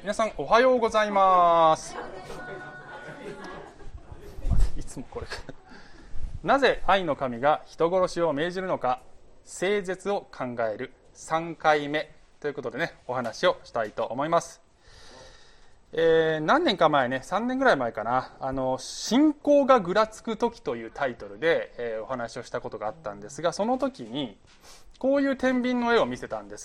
皆さんおはようございます。いつもこれなぜ愛の神が人殺しを命じるのか、聖絶を考える3回目ということでね、お話をしたいと思います。何年か前ね、3年ぐらい前かな、信仰がぐらつく時というタイトルで、お話をしたことがあったんですが、その時にこういう天秤の絵を見せたんです。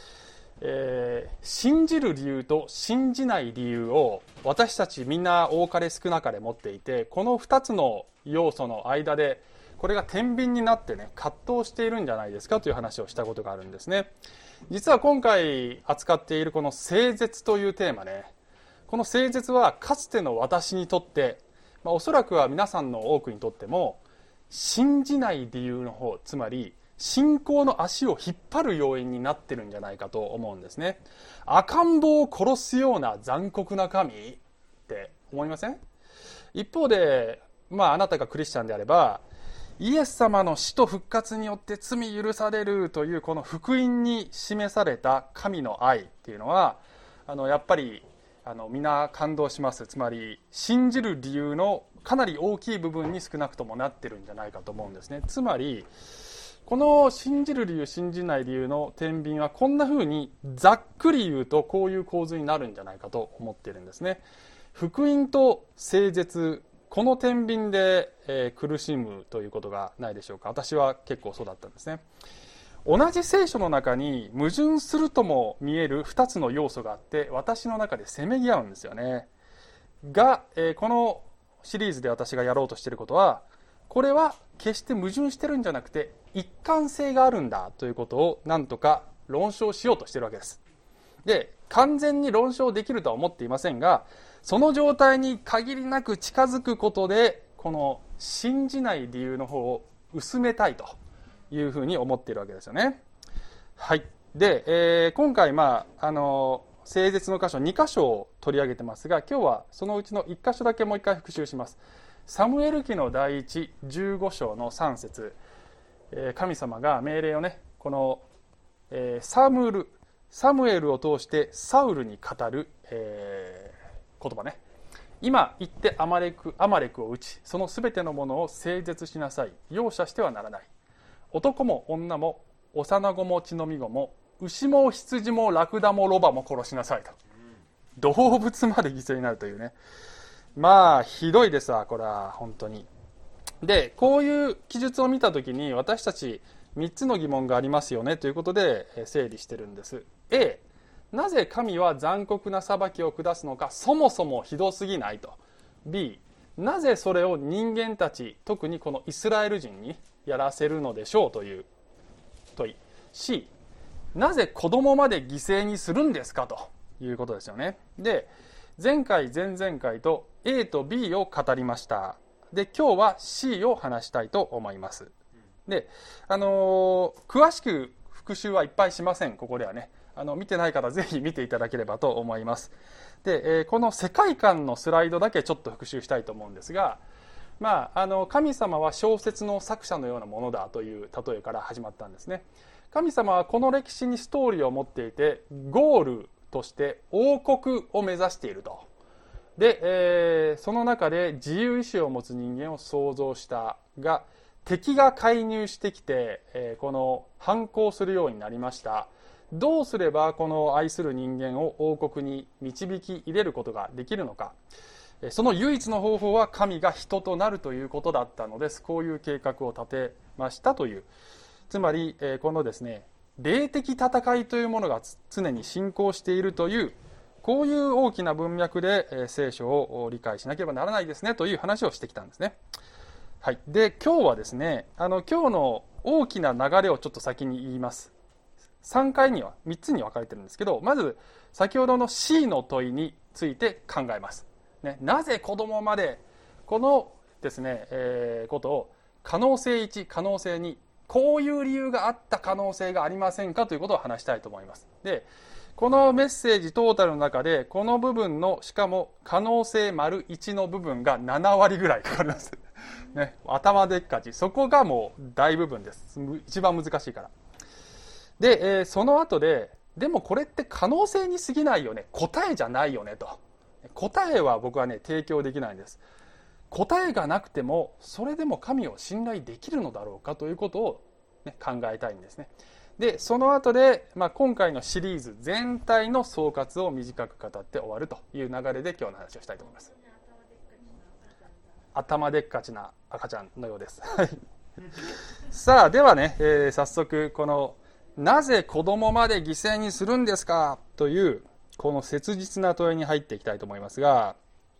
信じる理由と信じない理由を私たちみんな多かれ少なかれ持っていて、この2つの要素の間でこれが天秤になってね、葛藤しているんじゃないですかという話をしたことがあるんですね。実は今回扱っているこの聖絶というテーマね、この聖絶はかつての私にとって、おそらくは皆さんの多くにとっても信じない理由の方、つまり信仰の足を引っ張る要因になってるんじゃないかと思うんですね。赤ん坊を殺すような残酷な神って思いません？一方で、あなたがクリスチャンであれば、イエス様の死と復活によって罪許されるというこの福音に示された神の愛っていうのは、やっぱりみんな感動します。つまり信じる理由のかなり大きい部分に少なくともなってるんじゃないかと思うんですね。つまりこの信じる理由信じない理由の天秤はこんな風にざっくり言うとこういう構図になるんじゃないかと思っているんですね。福音と聖絶、この天秤で、苦しむということがないでしょうか。私は結構そうだったんですね。同じ聖書の中に矛盾するとも見える2つの要素があって、私の中でせめぎ合うんですよね。が、このシリーズで私がやろうとしていることは、これは決して矛盾してるんじゃなくて一貫性があるんだということをなんとか論証しようとしているわけです。で、完全に論証できるとは思っていませんが、その状態に限りなく近づくことでこの信じない理由の方を薄めたいというふうに思っているわけですよね。はい。で、今回聖絶の箇所2箇所を取り上げてますが、今日はそのうちの1箇所だけもう一回復習します。サムエル記の第一15章の3節、神様が命令をね、この、サムエルを通してサウルに語る、言葉ね。今行ってアマレクを撃ち、そのすべてのものを聖絶しなさい。容赦してはならない。男も女も幼子も血のみ子も牛も羊もラクダもロバも殺しなさいと。動物まで犠牲になるというね。ひどいですわ、これは本当に。で、こういう記述を見たときに私たち3つの疑問がありますよねということで整理してるんです。A、なぜ神は残酷な裁きを下すのか、そもそもひどすぎないと。B、なぜそれを人間たち、特にこのイスラエル人にやらせるのでしょうという問い。C、なぜ子供まで犠牲にするんですかということですよね。で、前回前々回と A と B を語りました。で、今日は C を話したいと思います。で、詳しく復習はいっぱいしません。ここではね、見てない方ぜひ見ていただければと思います。で、この世界観のスライドだけちょっと復習したいと思うんですが、神様は小説の作者のようなものだという例えから始まったんですね。神様はこの歴史にストーリーを持っていて、ゴールとして王国を目指していると。で、その中で自由意志を持つ人間を創造したが、敵が介入してきて、この反抗するようになりました。どうすればこの愛する人間を王国に導き入れることができるのか。その唯一の方法は神が人となるということだったのです。こういう計画を立てましたという。つまり、このですね、霊的戦いというものが常に進行しているという、こういう大きな文脈で聖書を理解しなければならないですねという話をしてきたんですね。はい。で、今日はですね、今日の大きな流れをちょっと先に言います。3回には、3つに分かれてるんですけど、まず先ほどの C の問いについて考えます。ね、なぜ子供まで、このですね、ことを可能性1、可能性2、こういう理由があった可能性がありませんかということを話したいと思います。で、このメッセージトータルの中でこの部分のしかも可能性丸1の部分が7割ぐらいかかります、ね、頭でっかち、そこがもう大部分です。一番難しいから。で、その後ででもこれって可能性に過ぎないよね、答えじゃないよねと。答えは僕はね提供できないんです。答えがなくてもそれでも神を信頼できるのだろうかということを、ね、考えたいんですね。でその後で、今回のシリーズ全体の総括を短く語って終わるという流れで今日の話をしたいと思います。頭でっかちな赤ちゃんのようですさあではね、早速このなぜ子供まで犠牲にするんですかというこの切実な問いに入っていきたいと思いますが、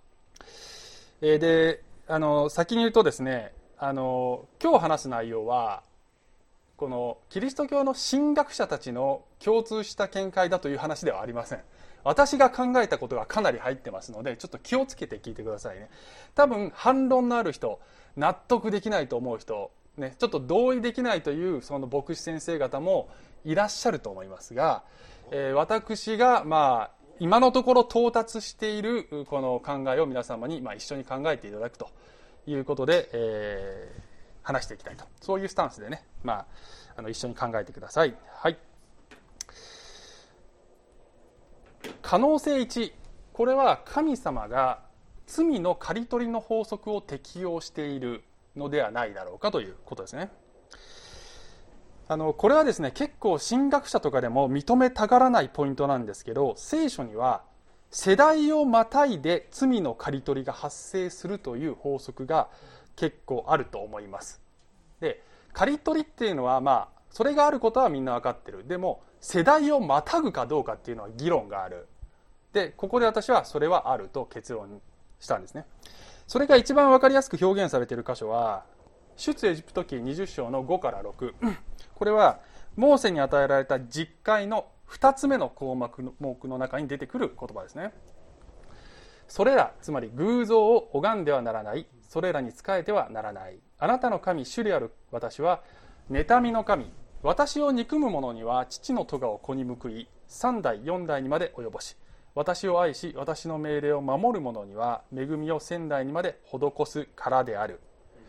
で先に言うとですね、今日話す内容はこのキリスト教の神学者たちの共通した見解だという話ではありません。私が考えたことがかなり入ってますのでちょっと気をつけて聞いてくださいね。多分反論のある人、納得できないと思う人、ね、ちょっと同意できないというその牧師先生方もいらっしゃると思いますが、私が今のところ到達しているこの考えを皆様に一緒に考えていただくということで、話していきたいと、そういうスタンスでね、一緒に考えてください。はい。可能性1、これは神様が罪の刈り取りの法則を適用しているのではないだろうかということですね。これはですね結構神学者とかでも認めたがらないポイントなんですけど、聖書には世代をまたいで罪の刈り取りが発生するという法則が結構あると思います。で刈り取りっていうのはそれがあることはみんな分かってる。でも世代をまたぐかどうかっていうのは議論がある。でここで私はそれはあると結論したんですね。それが一番分かりやすく表現されている箇所は出エジプト記20章の5から6、これはモーセに与えられた十戒の2つ目の項目の中に出てくる言葉ですね。それら、つまり偶像を拝んではならない、それらに仕えてはならない、あなたの神主である私は妬みの神、私を憎む者には父の咎を子に報い3代4代にまで及ぼし、私を愛し私の命令を守る者には恵みを1000代にまで施すからである。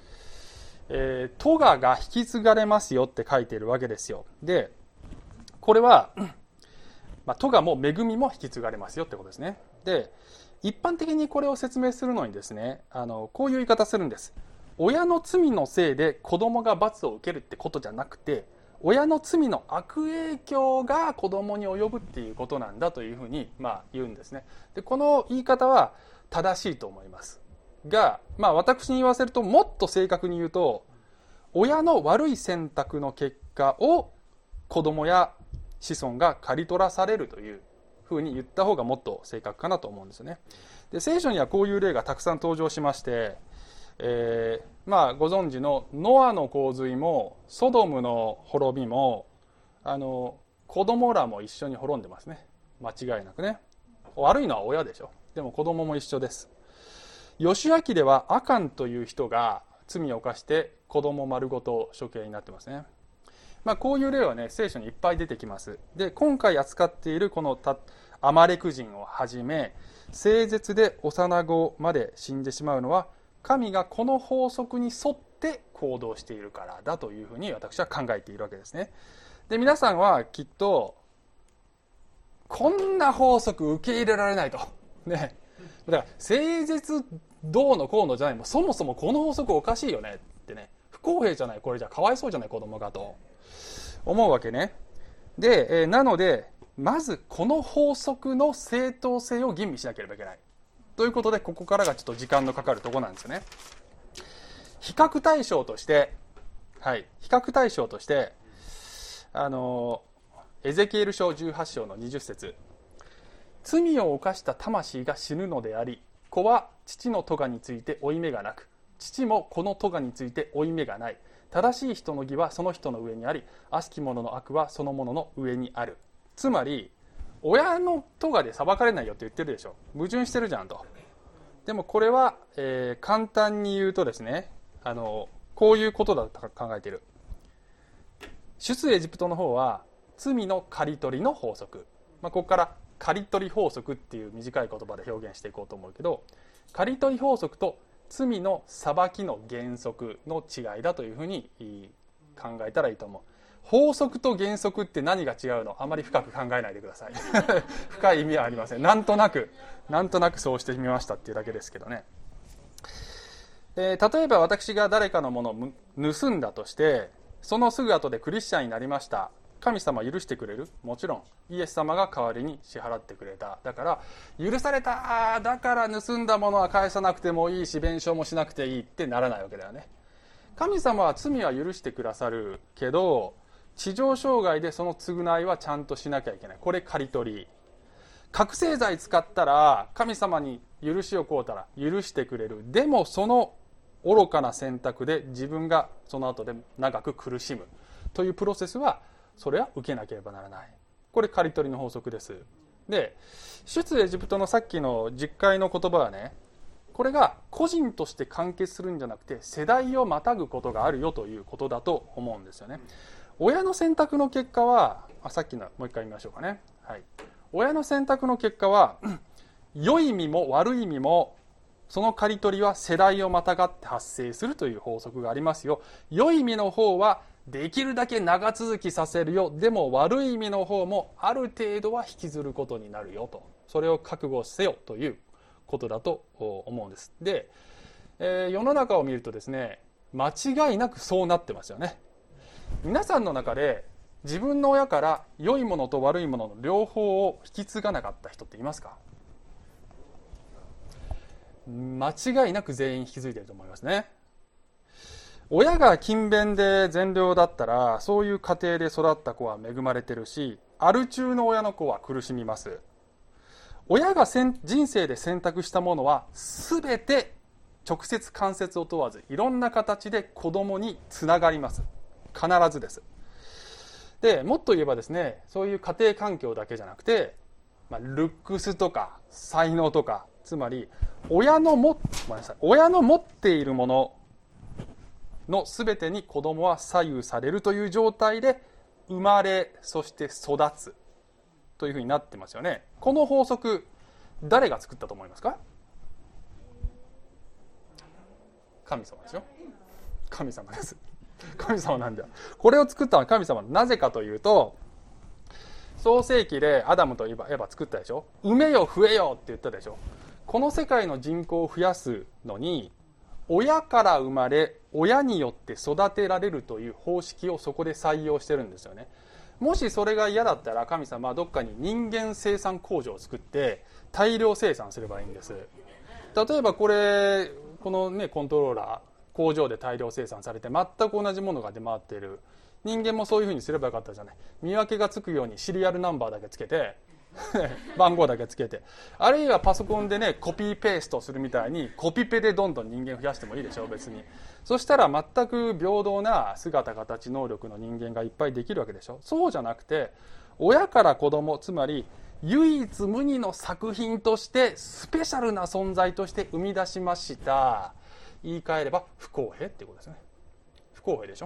咎が引き継がれますよって書いているわけですよ。でこれは、咎も恵みも引き継がれますよってことですね。で一般的にこれを説明するのにですね、こういう言い方するんです。親の罪のせいで子供が罰を受けるってことじゃなくて、親の罪の悪影響が子供に及ぶっていうことなんだというふうに言うんですね。でこの言い方は正しいと思いますが、私に言わせるともっと正確に言うと、親の悪い選択の結果を子供や子孫が刈り取らされるというふうに言った方がもっと正確かなと思うんですよね。で聖書にはこういう例がたくさん登場しまして、ご存知のノアの洪水もソドムの滅びも子供らも一緒に滅んでますね。間違いなくね。悪いのは親でしょ。でも子供も一緒です。ヨシュア記ではアカンという人が罪を犯して子供丸ごと処刑になってますね。こういう例はね聖書にいっぱい出てきます。で今回扱っているこのアマレク人をはじめ聖絶で幼子まで死んでしまうのは神がこの法則に沿って行動しているからだというふうに私は考えているわけですね。で皆さんはきっとこんな法則受け入れられないとね、だから聖絶どうのこうのじゃない、もうそもそもこの法則おかしいよねってね、不公平じゃない、これじゃかわいそうじゃない子供がと思うわけね。で、なのでまずこの法則の正当性を吟味しなければいけないということで、ここからがちょっと時間のかかるところなんですよね。比較対象として、エゼキエル書18章の20節、罪を犯した魂が死ぬのであり、子は父の咎について負い目がなく、父も子の咎について負い目がない。正しい人の義はその人の上にあり、悪しき者の悪はその者の上にある。つまり親の咎で裁かれないよって言ってるでしょ。矛盾してるじゃんと。でもこれは、簡単に言うとですね、こういうことだと考えている。出エジプトの方は罪の刈り取りの法則、ここから刈り取り法則っていう短い言葉で表現していこうと思うけど、刈り取り法則と罪の裁きの原則の違いだというふうに考えたらいいと思う。 法則と原則って何が違うの？あまり深く考えないでください。深い意味はありません。なんとなくそうしてみましたっていうだけですけどね。例えば私が誰かのものを盗んだとして、そのすぐ後でクリスチャンになりました。神様許してくれる？もちろん。イエス様が代わりに支払ってくれた。だから許された、だから盗んだものは返さなくてもいいし、弁償もしなくていいってならないわけだよね。神様は罪は許してくださるけど、地上障害でその償いはちゃんとしなきゃいけない。これ刈り取り。覚醒剤使ったら神様に許しを請うたら許してくれる。でもその愚かな選択で自分がその後で長く苦しむというプロセスは、それは受けなければならない。これ刈り取りの法則です。で、出エジプトのさっきの実会の言葉はね、これが個人として完結するんじゃなくて世代をまたぐことがあるよということだと思うんですよね。親の選択の結果は、さっきのもう一回見ましょうかね。はい、親の選択の結果は良い意味も悪い意味も、その刈り取りは世代をまたがって発生するという法則がありますよ。良い意味の方はできるだけ長続きさせるよ。でも悪い意味の方もある程度は引きずることになるよと。それを覚悟せよということだと思うんです。で、世の中を見るとですね、間違いなくそうなってますよね。皆さんの中で自分の親から良いものと悪いものの両方を引き継がなかった人っていますか？間違いなく全員引き継いでいると思いますね。親が勤勉で善良だったら、そういう家庭で育った子は恵まれてるし、アル中の親の子は苦しみます。親が人生で選択したものは全て直接間接を問わず、いろんな形で子供につながります。必ずです。で、もっと言えばですね、そういう家庭環境だけじゃなくて、ルックスとか才能とか、つまり親の持っているものの全てに子供は左右されるという状態で生まれ、そして育つというふうになってますよね。この法則、誰が作ったと思いますか？神様ですよ。神様です。神様なんだよ。これを作ったのは神様。なぜかというと、創世記でアダムとエバ作ったでしょ。産めよ増えよって言ったでしょ。この世界の人口を増やすのに、親から生まれ親によって育てられるという方式をそこで採用してるんですよね。もしそれが嫌だったら、神様はどっかに人間生産工場を作って大量生産すればいいんです。例えばこのね、コントローラー、工場で大量生産されて全く同じものが出回っている。人間もそういうふうにすればよかったじゃない。見分けがつくようにシリアルナンバーだけつけて番号だけつけて、あるいはパソコンでね、コピーペーストするみたいにコピペでどんどん人間増やしてもいいでしょ、別に。そしたら全く平等な姿形能力の人間がいっぱいできるわけでしょ。そうじゃなくて、親から子供、つまり唯一無二の作品としてスペシャルな存在として生み出しました。言い換えれば不公平っていうことですね。不公平でしょ。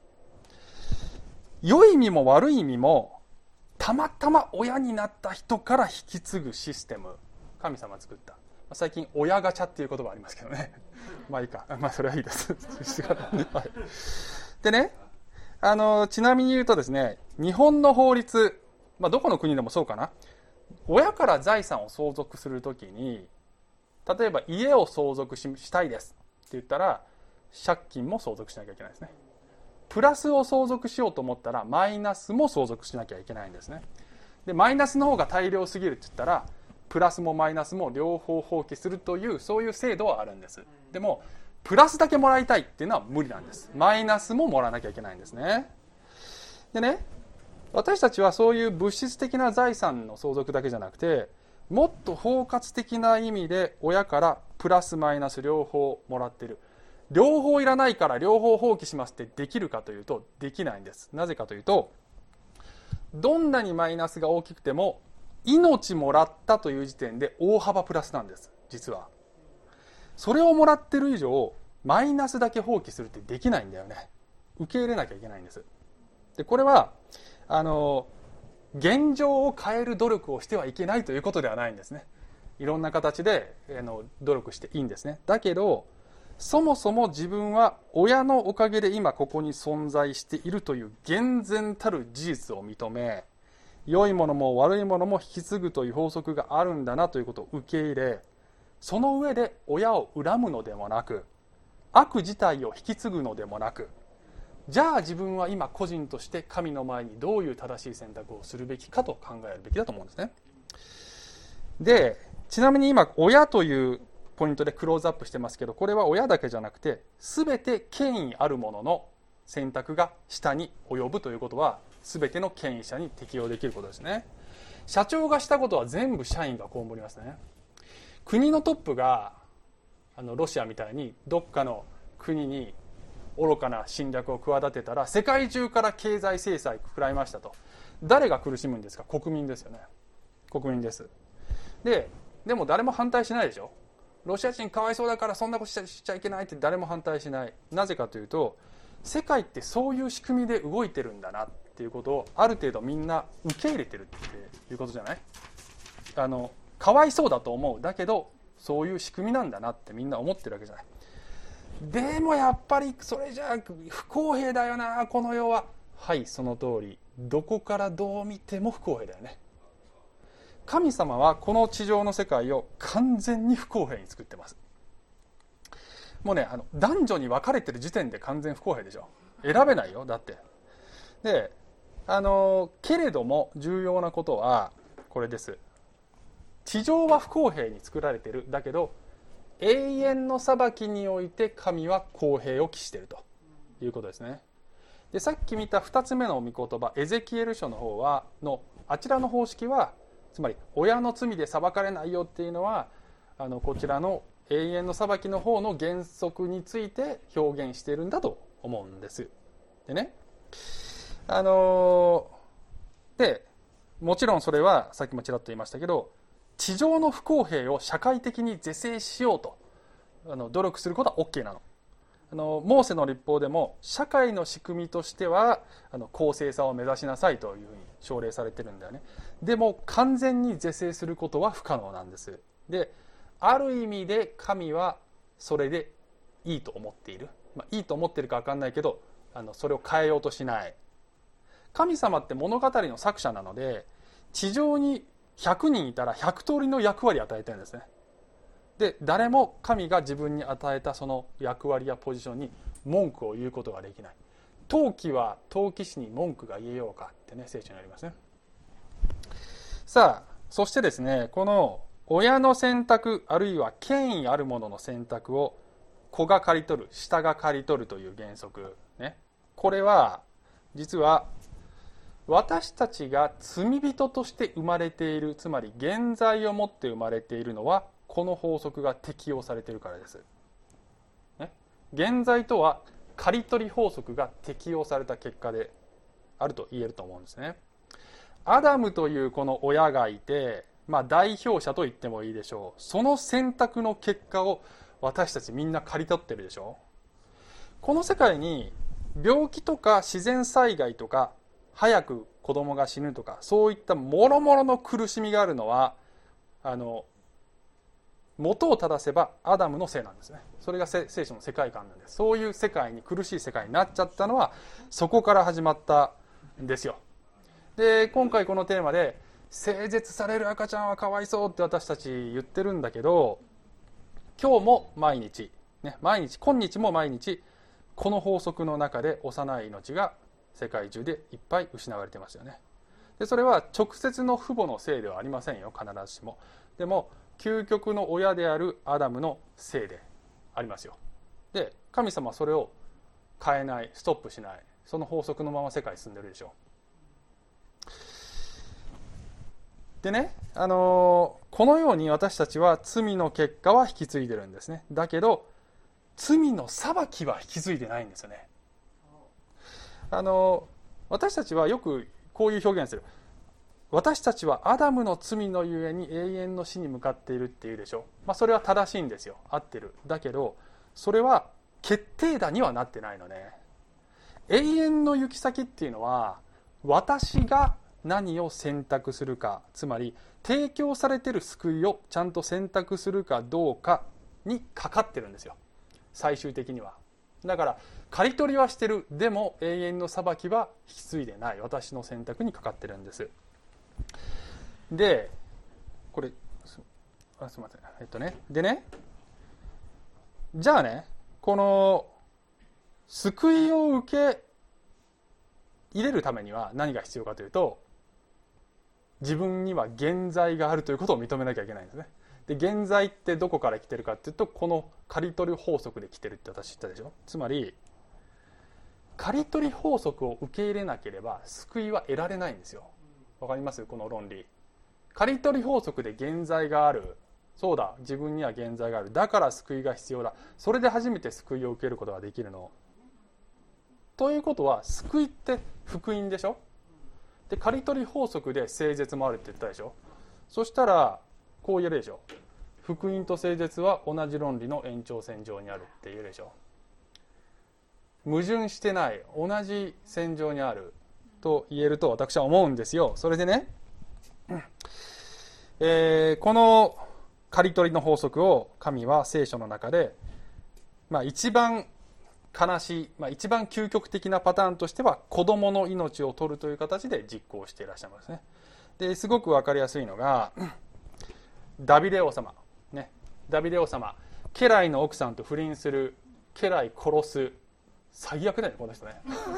良い意味も悪い意味もたまたま親になった人から引き継ぐシステム、神様が作った。最近親ガチャっていう言葉ありますけどね。まあいいか、それはいいです。はい、でね、ちなみに言うとですね、日本の法律、どこの国でもそうかな、親から財産を相続するときに、例えば家を相続したいですって言ったら借金も相続しなきゃいけないですね。プラスを相続しようと思ったらマイナスも相続しなきゃいけないんですね。で、マイナスの方が大量すぎるって言ったらプラスもマイナスも両方放棄するという、そういう制度はあるんです。でもプラスだけもらいたいっていうのは無理なんです。マイナスももらわなきゃいけないんですね。でね、私たちはそういう物質的な財産の相続だけじゃなくて、もっと包括的な意味で親からプラスマイナス両方もらっている。両方いらないから両方放棄しますってできるかというとできないんです。なぜかというと、どんなにマイナスが大きくても命もらったという時点で大幅プラスなんです。実はそれをもらってる以上マイナスだけ放棄するってできないんだよね。受け入れなきゃいけないんです。で、これは現状を変える努力をしてはいけないということではないんですね。いろんな形で努力していいんですね。だけどそもそも自分は親のおかげで今ここに存在しているという厳然たる事実を認め、良いものも悪いものも引き継ぐという法則があるんだなということを受け入れ、その上で親を恨むのでもなく、悪自体を引き継ぐのでもなく、じゃあ自分は今個人として神の前にどういう正しい選択をするべきかと考えるべきだと思うんですね。で、ちなみに今親というポイントでクローズアップしてますけど、これは親だけじゃなくて全て権威あるものの選択が下に及ぶということは全ての権威者に適用できることですね。社長がしたことは全部社員が被りますね。国のトップがロシアみたいにどっかの国に愚かな侵略を企てたら世界中から経済制裁食らいましたと。誰が苦しむんですか？国民ですよね。国民です。でも誰も反対しないでしょ。ロシア人かわいそうだからそんなことしちゃいけないって誰も反対しない。なぜかというと、世界ってそういう仕組みで動いてるんだなっていうことをある程度みんな受け入れてるっていうことじゃない？かわいそうだと思う。だけどそういう仕組みなんだなってみんな思ってるわけじゃない。でもやっぱりそれじゃ不公平だよなこの世は。はい、その通り。どこからどう見ても不公平だよね。神様はこの地上の世界を完全に不公平に作ってます。もうね、男女に分かれてる時点で完全不公平でしょ。選べないよ、だって。で、けれども重要なことはこれです。地上は不公平に作られている。だけど永遠の裁きにおいて神は公平を期しているということですね。で、さっき見た2つ目の御言葉、エゼキエル書の方はあちらの方式は、つまり親の罪で裁かれないよっていうのはこちらの永遠の裁きの方の原則について表現しているんだと思うんです。でね、でもちろんそれはさっきもちらっと言いましたけど、地上の不公平を社会的に是正しようと努力することは OK なの。モーセの律法でも社会の仕組みとしては公正さを目指しなさいというふうに奨励されてるんだよね。でも完全に是正することは不可能なんです。で、ある意味で神はそれでいいと思っている、いいと思っているか分かんないけどそれを変えようとしない。神様って物語の作者なので、地上に100人いたら100通りの役割を与えてるんですね。で、誰も神が自分に与えたその役割やポジションに文句を言うことができない。陶器は陶器師に文句が言えようかってね、聖書にありますね。さあ、そしてですね、この親の選択あるいは権威あるものの選択を子が刈り取る、下が刈り取るという原則ね。これは実は私たちが罪人として生まれている、つまり現在をもって生まれているのはこの法則が適用されているからです、ね、現在とは刈り取り法則が適用された結果であると言えると思うんですね。アダムというこの親がいて、代表者と言ってもいいでしょう。その選択の結果を私たちみんな刈り取ってるでしょ。この世界に病気とか自然災害とか早く子供が死ぬとかそういったもろもろの苦しみがあるのは元を正せばアダムのせいなんですね。それが聖書の世界観なんです。そういう世界に苦しい世界になっちゃったのはそこから始まったんですよ。で、今回このテーマで整絶される赤ちゃんはかわいそうって私たち言ってるんだけど、今日も毎日、今日も毎日この法則の中で幼い命が世界中でいっぱい失われてますよね。で、それは直接の父母のせいではありませんよ、必ずしも。でも究極の親であるアダムのせいでありますよ。で、神様はそれを変えない、ストップしない、その法則のまま世界に進んでるでしょう。でね、このように私たちは罪の結果は引き継いでるんですね。だけど罪の裁きは引き継いでないんですよね。私たちはよくこういう表現する。私たちはアダムの罪のゆえに永遠の死に向かっているっていうでしょ。それは正しいんですよ。合ってる。だけどそれは決定打にはなってないのね。永遠の行き先っていうのは私が何を選択するか、つまり提供されている救いをちゃんと選択するかどうかにかかってるんですよ。 最終的には。だから刈り取りはしてる、でも永遠の裁きは引き継いでない、私の選択にかかってるんです。でこれすみません、でね、じゃあね、この救いを受け入れるためには何が必要かというと、自分には現在があるということを認めなきゃいけないんですね。で現在ってどこから来てるかっていうと、この刈り取り法則で来てるって私言ったでしょ。つまり刈り取り法則を受け入れなければ救いは得られないんですよ。わかります？この論理。刈り取り法則で現在がある、そうだ、自分には現在がある、だから救いが必要だ、それで初めて救いを受けることができるの。ということは救いって福音でしょ。で刈り取り法則で誠実もあるって言ったでしょ。そしたらこう言えるでしょ。福音と誠実は同じ論理の延長線上にあるって言えるでしょ。矛盾してない、同じ線上にあると言えると私は思うんですよ。それでね、この刈り取りの法則を神は聖書の中で、一番悲しい、一番究極的なパターンとしては子供の命を取るという形で実行していらっしゃいますね。ですごく分かりやすいのがダビデ王様、ね、ダビデ王様、家来の奥さんと不倫する、家来殺す、最悪だよねこの人ね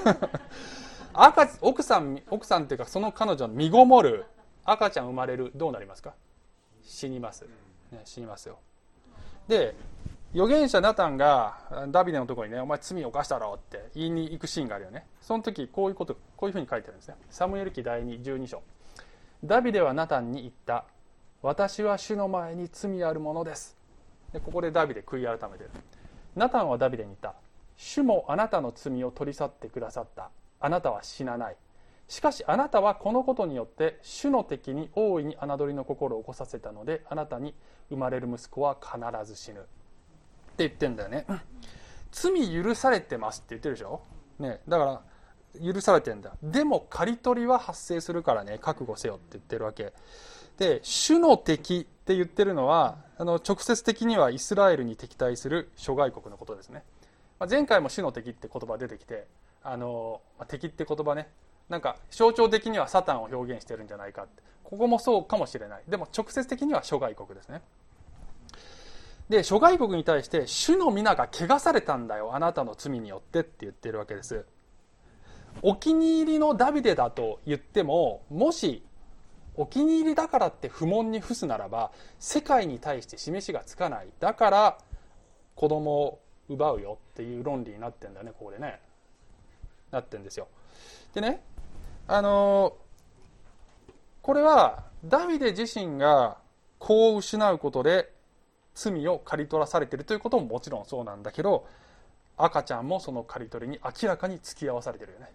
奥さんっていうかその彼女の身ごもる、赤ちゃん生まれる、どうなりますか？死にます、ね、死にますよ。で預言者ナタンがダビデのところにね、お前罪を犯したろって言いに行くシーンがあるよね。その時こういうふうに書いてあるんですね。サムエル記第2、12章。ダビデはナタンに言った。私は主の前に罪あるものです。でここでダビデ悔い改めてる。ナタンはダビデに言った。主もあなたの罪を取り去ってくださった。あなたは死なない。しかしあなたはこのことによって主の敵に大いに侮りの心を起こさせたので、あなたに生まれる息子は必ず死ぬって言ってんだよね。罪許されてますって言ってるでしょ、ね、だから許されてんだ。でも刈り取りは発生するからね、覚悟せよって言ってるわけで、主の敵って言ってるのは直接的にはイスラエルに敵対する諸外国のことですね。前回も主の敵って言葉出てきて、敵って言葉ね、なんか象徴的にはサタンを表現してるんじゃないかって、ここもそうかもしれない。でも直接的には諸外国ですね。で諸外国に対して主の皆が汚されたんだよ、あなたの罪によってって言ってるわけです。お気に入りのダビデだと言っても、もしお気に入りだからって不問に付すならば世界に対して示しがつかない。だから子供を奪うよっていう論理になってんだよね。ここでねなってんですよ。でね、これはダビデ自身が子を失うことで罪を刈り取らされているということももちろんそうなんだけど、赤ちゃんもその刈り取りに明らかに付き合わされているよね。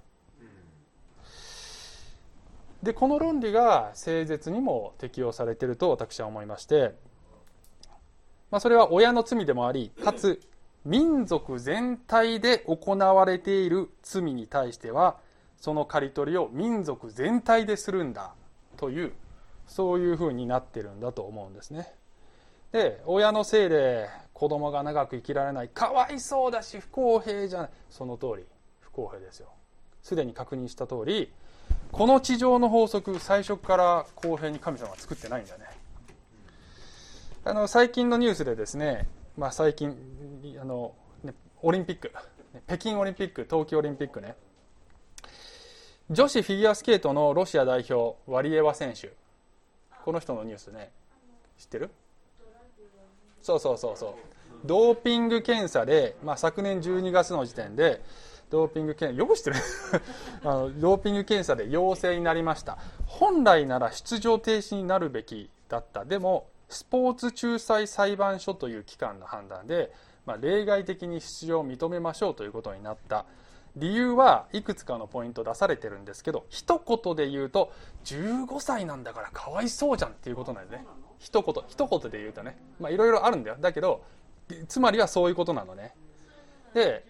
でこの論理が聖絶にも適用されていると私は思いまして、それは親の罪でもあり、かつ民族全体で行われている罪に対してはその刈り取りを民族全体でするんだという、そういうふうになってるんだと思うんですね。で親のせいで子供が長く生きられない、かわいそうだし不公平じゃない、その通り不公平ですよ。すでに確認した通り、この地上の法則、最初から公平に神様は作ってないんだね。最近のニュースでですね、最近オリンピック、北京オリンピック、冬季オリンピックね、女子フィギュアスケートのロシア代表ワリエワ選手、この人のニュースね、知ってる？そうドーピング検査で、昨年12月の時点でドーピング検査、よく知ってるドーピング検査で陽性になりました。本来なら出場停止になるべきだった。でもスポーツ仲裁裁判所という機関の判断で、例外的に出場を認めましょうということになった。理由はいくつかのポイント出されてるんですけど、一言で言うと15歳なんだからかわいそうじゃんっていうことなんですね。一言で言うとね、いろいろあるんだよ。だけどつまりはそういうことなのね。で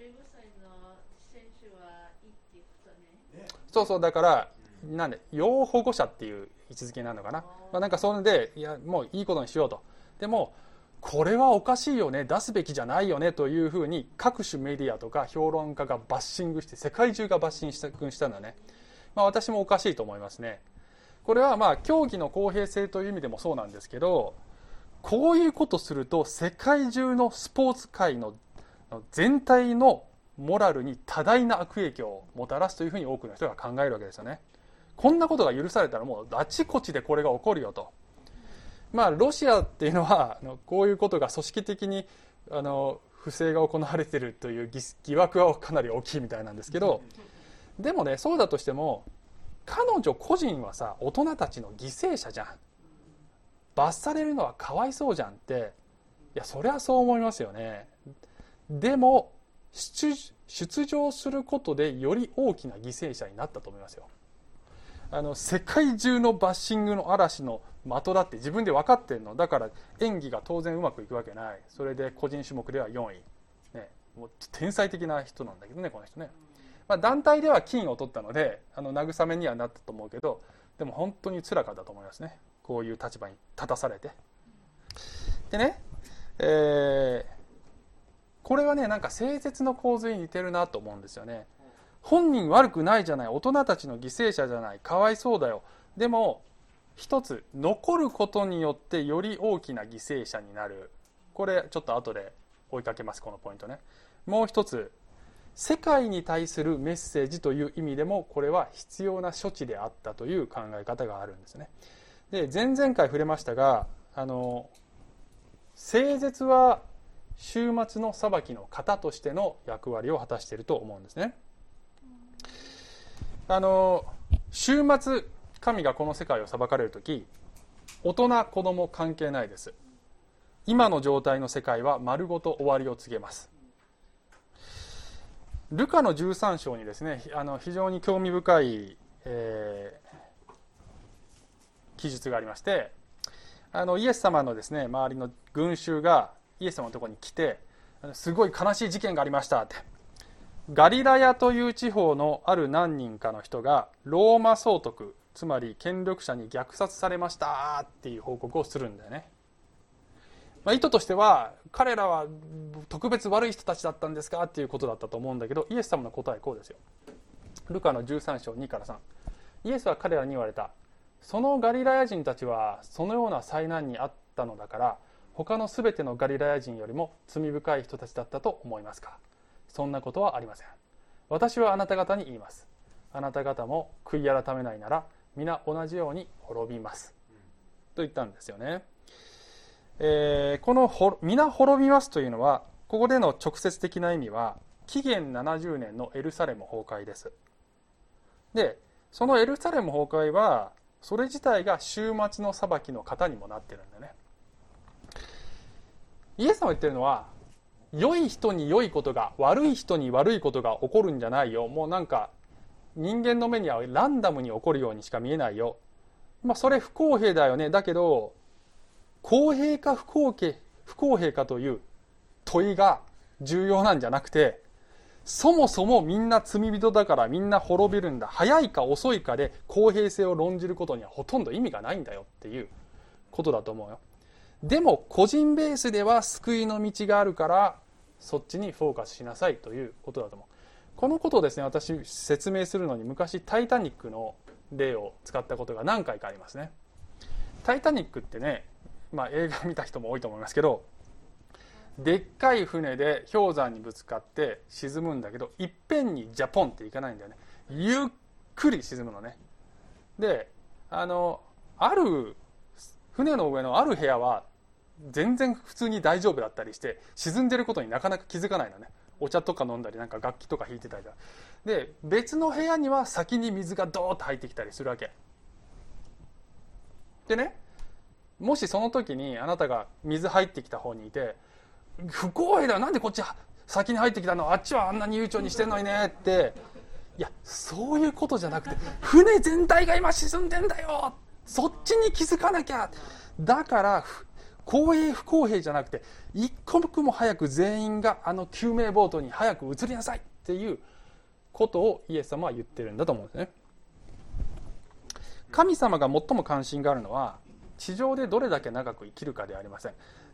そうだからなんで要保護者っていう位置づけになるのかな、なんかそれでいやもういいことにしようと。でもこれはおかしいよね、出すべきじゃないよねというふうに各種メディアとか評論家がバッシングして、世界中がバッシングしたのはね、私もおかしいと思いますね。これは競技の公平性という意味でもそうなんですけど、こういうことすると世界中のスポーツ界の全体のモラルに多大な悪影響をもたらすというふうに多くの人が考えるわけですよね。こんなことが許されたらもうあちこちでこれが起こるよと。ロシアっていうのはこういうことが組織的に不正が行われているという疑惑はかなり大きいみたいなんですけど、でもね、そうだとしても彼女個人はさ、大人たちの犠牲者じゃん。罰されるのはかわいそうじゃんって、いやそりゃそう思いますよね。でも出場することでより大きな犠牲者になったと思いますよ。世界中のバッシングの嵐の的だって自分で分かってんの。だから演技が当然うまくいくわけない。それで個人種目では4位、ね、もう天才的な人なんだけどね、この人ね。団体では金を取ったので慰めにはなったと思うけど、でも本当に辛かったと思いますね、こういう立場に立たされて。でね、これはね、なんか聖絶の洪水に似てるなと思うんですよね。本人悪くないじゃない、大人たちの犠牲者じゃない、かわいそうだよ。でも一つ、残ることによってより大きな犠牲者になる。これちょっと後で追いかけます、このポイントね。もう一つ、世界に対するメッセージという意味でもこれは必要な処置であったという考え方があるんですね。で、前々回触れましたが、聖絶は終末の裁きの型としての役割を果たしていると思うんですね。終末、神がこの世界を裁かれるとき、大人子供関係ないです。今の状態の世界は丸ごと終わりを告げます。ルカの13章にですね、非常に興味深い、記述がありまして、イエス様のですね、周りの群衆がイエス様のところに来て、すごい悲しい事件がありましたって、ガリラヤという地方のある何人かの人がローマ総督、つまり権力者に虐殺されましたっていう報告をするんだよね。意図としては彼らは特別悪い人たちだったんですかっていうことだったと思うんだけど、イエス様の答えはこうですよ。ルカの13章2から3。イエスは彼らに言われた。そのガリラヤ人たちはそのような災難にあったのだから、他のすべてのガリラヤ人よりも罪深い人たちだったと思いますか。そんなことはありません。私はあなた方に言います。あなた方も悔い改めないなら皆同じように滅びます、と言ったんですよね。この皆滅びますというのは、ここでの直接的な意味は紀元70年のエルサレム崩壊です。で、そのエルサレム崩壊はそれ自体が終末の裁きの型にもなってるんだよね。イエス様が言ってるのは、良い人に良いことが、悪い人に悪いことが起こるんじゃないよ。もうなんか人間の目にはランダムに起こるようにしか見えないよ。それ不公平だよね。だけど公平か不公平かという問いが重要なんじゃなくて、そもそもみんな罪人だからみんな滅びるんだ、早いか遅いかで公平性を論じることにはほとんど意味がないんだよっていうことだと思うよ。でも個人ベースでは救いの道があるからそっちにフォーカスしなさいということだと思う。このことをですね、私説明するのに昔タイタニックの例を使ったことが何回かありますね。タイタニックってね、映画見た人も多いと思いますけど、でっかい船で氷山にぶつかって沈むんだけど、いっぺんにジャポンっていかないんだよね。ゆっくり沈むのね。で、ある船の上のある部屋は全然普通に大丈夫だったりして、沈んでることになかなか気づかないのね。お茶とか飲んだり、なんか楽器とか弾いてたりだ。で、別の部屋には先に水がドーッと入ってきたりするわけでね、もしその時にあなたが水入ってきた方にいて、不公平だよ、なんでこっち先に入ってきたの、あっちはあんなに悠長にしてんのにねって、いやそういうことじゃなくて、船全体が今沈んでんだよ、そっちに気づかなきゃ。だから公平不公平じゃなくて、一刻も早く全員が救命ボートに早く移りなさいっていうことをイエス様は言ってるんだと思うんですね。神様が最も関心があるのは地上でどれだけ長く生きるかではありません。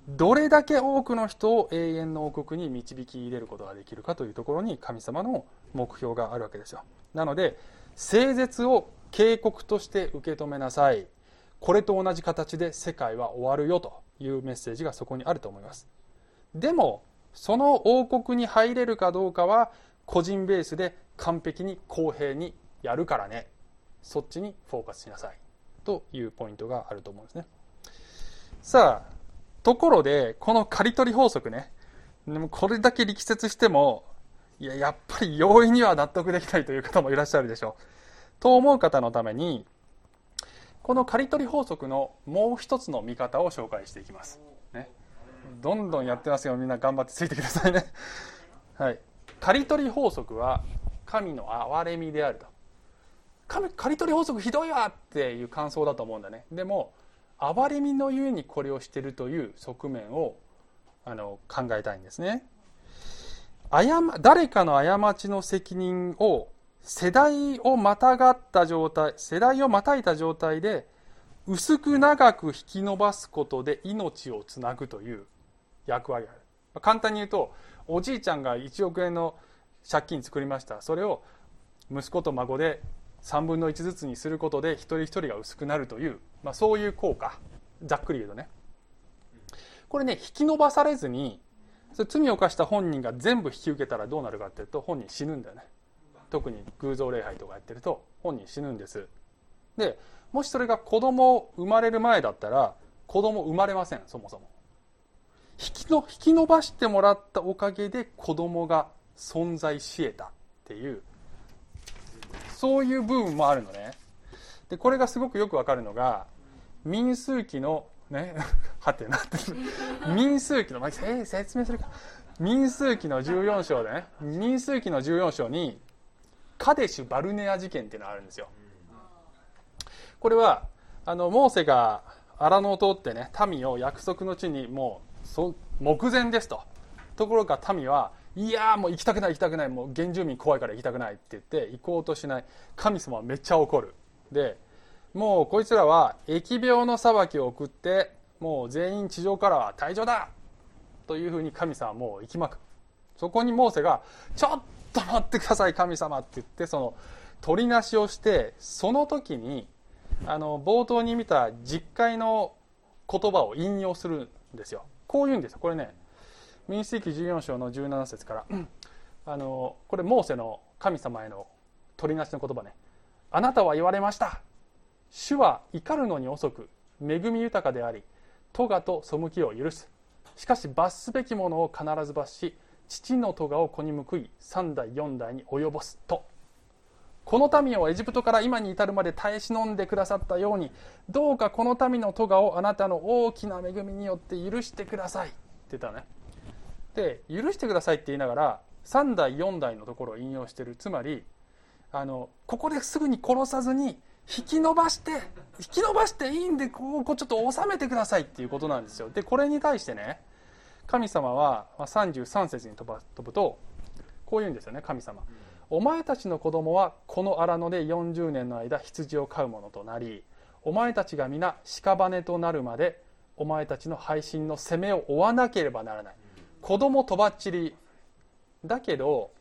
どれだけ多くの人を永遠の王国に導き入れることができるかというところに神様の目標があるわけですよ。なので聖絶を警告として受け止めなさい。これと同じ形で世界は終わるよというメッセージがそこにあると思います。でもその王国に入れるかどうかは個人ベースで完璧に公平にやるからね、そっちにフォーカスしなさいというポイントがあると思うんですね。さあところでこの刈り取り法則ね、でもこれだけ力説してもやっぱり容易には納得できないという方もいらっしゃるでしょうと思う方のために、この刈り取り法則のもう一つの見方を紹介していきます、ね、どんどんやってますよ。みんな頑張ってついてくださいねはい、刈り取り法則は神の憐れみであると。刈り取り法則ひどいわっていう感想だと思うんだね。でも憐れみのゆえにこれをしているという側面を考えたいんですね。誰かの過ちの責任を世代をまたいた状態で薄く長く引き伸ばすことで命をつなぐという役割がある。簡単に言うと、おじいちゃんが1億円の借金作りました。それを息子と孫で3分の1ずつにすることで一人一人が薄くなるという、そういう効果、ざっくり言うとね。これね、引き伸ばされずに罪を犯した本人が全部引き受けたらどうなるかっていうと、本人死ぬんだよね。特に偶像礼拝とかやってると本人死ぬんです。でもしそれが子供生まれる前だったら子供生まれません。そもそも引き伸ばしてもらったおかげで子供が存在し得たっていう、そういう部分もあるのね。でこれがすごくよくわかるのが民数記のねはてなって民数記の、説明するか。民数記の14章でね、民数記の14章にカデシュ・バルネア事件っていうのがあるんですよ。これはモーセが荒野を通ってね、民を約束の地にもう目前ですと。ところが民はいやもう行きたくないもう原住民怖いから行きたくないって言って行こうとしない。神様はめっちゃ怒る。でもうこいつらは疫病の裁きを送ってもう全員地上からは退場だというふうに神様はもう行きまくる。そこにモーセがちょっと待ってください神様って言ってその取りなしをして、その時に冒頭に見た実会の言葉を引用するんですよ。こう言うんですよ。これね、民数記14章の17節からこれモーセの神様への取りなしの言葉ね。あなたは言われました。主は怒るのに遅く恵み豊かであり咎と背きを許す。しかし罰すべきものを必ず罰し父の咎を子に報い3代4代に及ぼすと。この民をエジプトから今に至るまで耐え忍んでくださったように、どうかこの民の咎をあなたの大きな恵みによって許してくださいって言ったのね。で許してくださいって言いながら3代4代のところを引用してる。つまりここですぐに殺さずに引き伸ばしていいんでここちょっと収めてくださいっていうことなんですよ。でこれに対してね、神様は33節に飛ぶとこう言うんですよね。神様、お前たちの子供はこの荒野で40年の間羊を飼うものとなり、お前たちが皆屍となるまでお前たちの背信の責めを負わなければならない。子供とばっちりだけど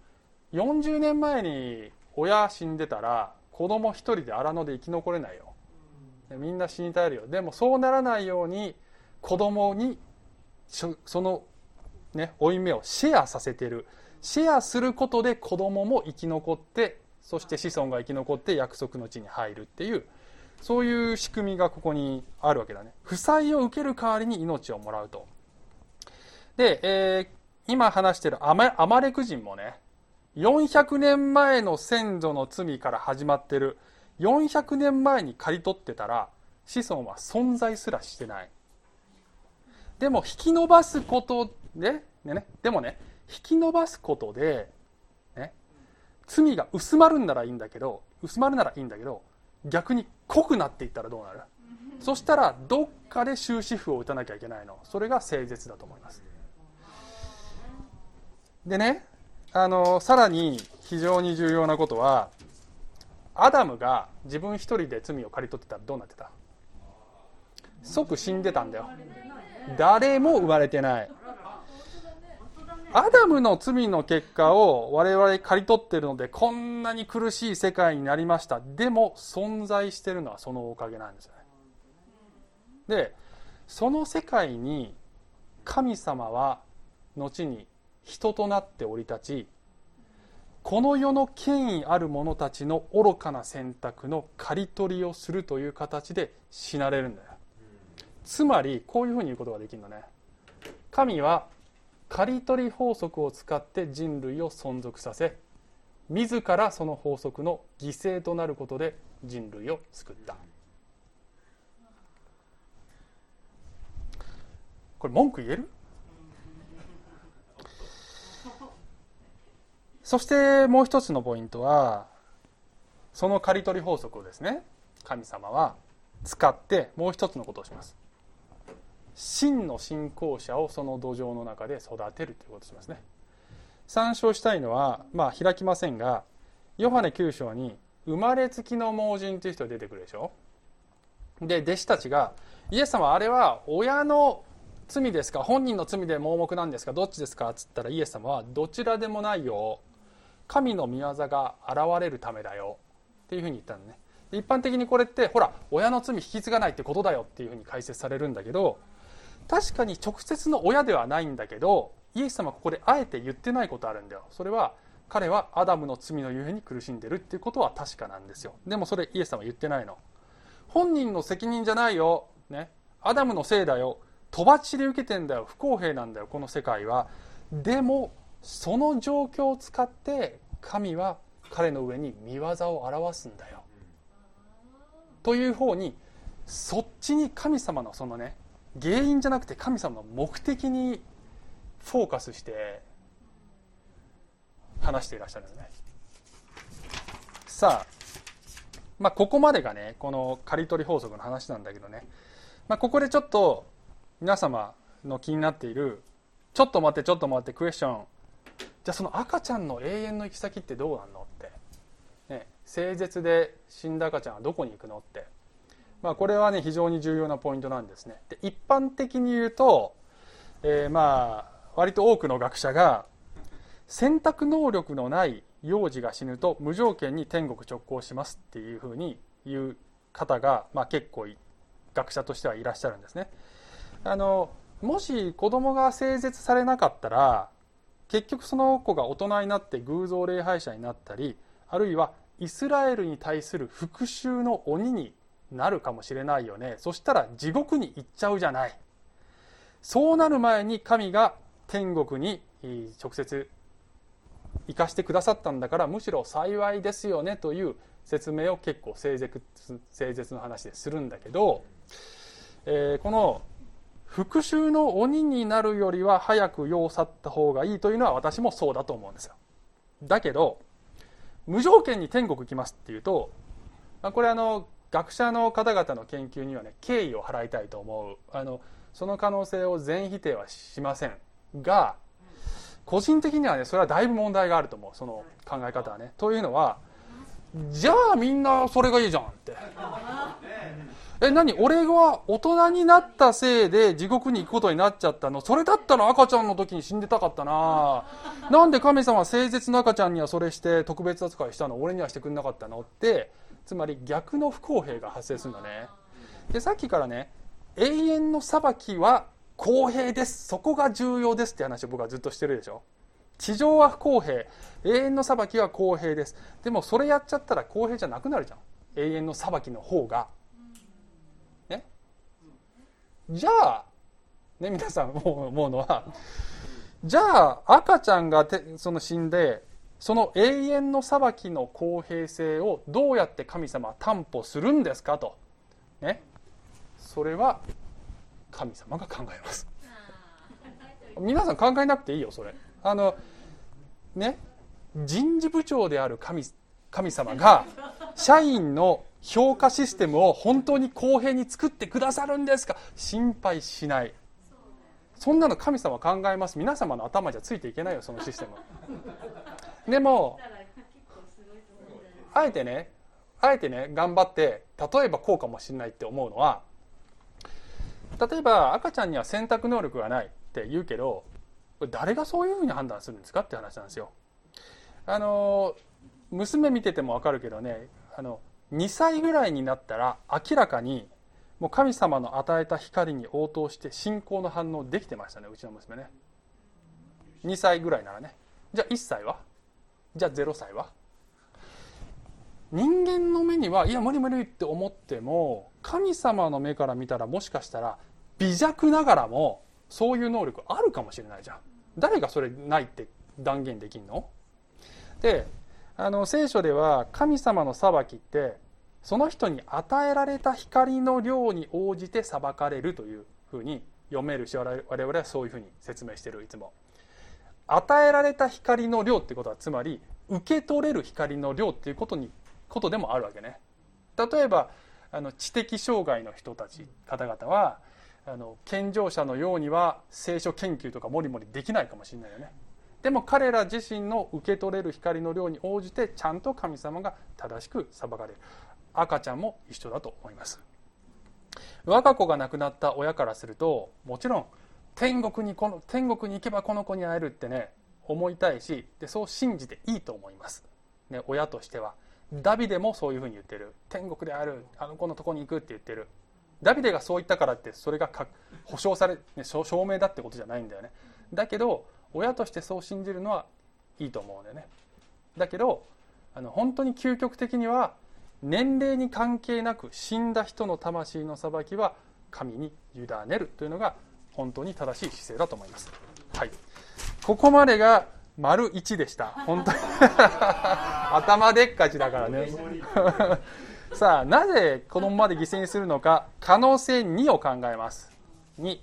40年前に親死んでたら子供一人で荒野で生き残れないよ。みんな死に絶えるよ。でもそうならないように子供にそのね負い目をシェアさせている。シェアすることで子供も生き残って、そして子孫が生き残って約束の地に入るっていう、そういう仕組みがここにあるわけだね。負債を受ける代わりに命をもらうと。で、今話しているアマレク人もね、400年前の先祖の罪から始まってる。400年前に刈り取ってたら子孫は存在すらしてない。でも引き伸ばすことで、でもね、引き伸ばすことで、ね、罪が薄まるならいいんだけど、逆に濃くなっていったらどうなる？そしたらどっかで終止符を打たなきゃいけないの。それが聖絶だと思います。でね、さらに非常に重要なことは、アダムが自分一人で罪を刈り取ってたらどうなってた？即死んでたんだよ。 誰も生まれてない。アダムの罪の結果を我々刈り取っているので、こんなに苦しい世界になりました。でも存在しているのはそのおかげなんですよね。で、その世界に神様は後に人となって降り立ち、この世の権威ある者たちの愚かな選択の刈り取りをするという形で死なれるんだよ。つまりこういうふうに言うことができるのね。神は刈り取り法則を使って人類を存続させ、自らその法則の犠牲となることで人類を救った。これ文句言える？そしてもう一つのポイントは、その刈り取り法則をですね、神様は使ってもう一つのことをします。真の信仰者をその土壌の中で育てるということをしますね。参照したいのは、開きませんが、ヨハネ9章に生まれつきの盲人という人が出てくるでしょ。で、弟子たちが、イエス様あれは親の罪ですか、本人の罪で盲目なんですか、どっちですかっつったら、イエス様はどちらでもないよ、神の御業が現れるためだよっていうふうに言ったのね。一般的にこれってほら親の罪引き継がないってことだよっていうふうに解説されるんだけど、確かに直接の親ではないんだけど、イエス様はここであえて言ってないことあるんだよ。それは彼はアダムの罪のゆえに苦しんでるっていうことは確かなんですよ。でもそれイエス様は言ってないの。本人の責任じゃないよ、ね、アダムのせいだよ、とばっちり受けてんだよ、不公平なんだよこの世界は。でもその状況を使って神は彼の上に御業を表すんだよという方に、そっちに神様のそのね、原因じゃなくて神様の目的にフォーカスして話していらっしゃるんですね。さあ、ここまでがねこの刈り取り法則の話なんだけどね、ここでちょっと皆様の気になっているちょっと待ってクエスチョン、じゃあその赤ちゃんの永遠の行き先ってどうなんのって、ね、生絶で死んだ赤ちゃんはどこに行くのって、これはね非常に重要なポイントなんですね。で、一般的に言うと、割と多くの学者が選択能力のない幼児が死ぬと無条件に天国直行しますっていうふうに言う方が、結構学者としてはいらっしゃるんですね。もし子供が生絶されなかったら結局その子が大人になって偶像礼拝者になったり、あるいはイスラエルに対する復讐の鬼になるかもしれないよね。そしたら地獄に行っちゃうじゃない。そうなる前に神が天国に直接行かしてくださったんだから、むしろ幸いですよねという説明を結構聖絶の話でするんだけど、この復讐の鬼になるよりは早く世を去った方がいいというのは私もそうだと思うんですよ。だけど無条件に天国行きますっていうと、これ学者の方々の研究にはね敬意を払いたいと思う。その可能性を全否定はしませんが、個人的にはねそれはだいぶ問題があると思う、その考え方はね。というのは、じゃあみんなそれがいいじゃんって、何俺が大人になったせいで地獄に行くことになっちゃったの？それだったら赤ちゃんの時に死んでたかったな。なんで神様は生絶の赤ちゃんにはそれして特別扱いしたの、俺にはしてくれなかったのって、つまり逆の不公平が発生するんだね。で、さっきからね、永遠の裁きは公平です、そこが重要ですって話を僕はずっとしてるでしょ。地上は不公平、永遠の裁きは公平です。でもそれやっちゃったら公平じゃなくなるじゃん、永遠の裁きの方がね。じゃあね、皆さん思うのは、じゃあ赤ちゃんがその死んで、その永遠の裁きの公平性をどうやって神様は担保するんですかとね。それは神様が考えます。皆さん考えなくていいよそれ。ね、人事部長である神様が社員の評価システムを本当に公平に作ってくださるんですか？心配しない。そんなの神様考えます。皆様の頭じゃついていけないよそのシステム。でもあえてね頑張って、例えばこうかもしれないって思うのは、 例えば赤ちゃんには選択能力がないって言うけど、誰がそういうふうに判断するんですかって話なんですよ。娘見てても分かるけどね、2歳ぐらいになったら明らかにもう神様の与えた光に応答して信仰の反応できてましたね、うちの娘ね。2歳ぐらいならね。じゃあ1歳は？じゃあ0歳は？人間の目にはいや無理無理って思っても、神様の目から見たらもしかしたら微弱ながらもそういう能力あるかもしれないじゃん。誰がそれないって断言できんの？で、聖書では神様の裁きってその人に与えられた光の量に応じて裁かれるというふうに読めるし、我々はそういうふうに説明している。いつも与えられた光の量ってことはつまり受け取れる光の量っていうことでもあるわけね。例えば知的障害の人たち方々は健常者のようには聖書研究とかもりもりできないかもしれないよね。でも彼ら自身の受け取れる光の量に応じてちゃんと神様が正しく裁かれる。赤ちゃんも一緒だと思います。我が子が亡くなった親からすると、もちろん天国に行けばこの子に会えるってね思いたいし、でそう信じていいと思います、ね、親としては。ダビデもそういうふうに言ってる。天国であるあの子のとこに行くって言ってる。ダビデがそう言ったからってそれが保証され、ね、証明だってことじゃないんだよね。だけど親としてそう信じるのはいいと思うんだよね。だけど本当に究極的には年齢に関係なく死んだ人の魂の裁きは神に委ねるというのが本当に正しい姿勢だと思います。はい、ここまでが丸1でした。本当に頭でっかちだからねさあ、なぜこのままで犠牲にするのか、可能性2を考えます。2、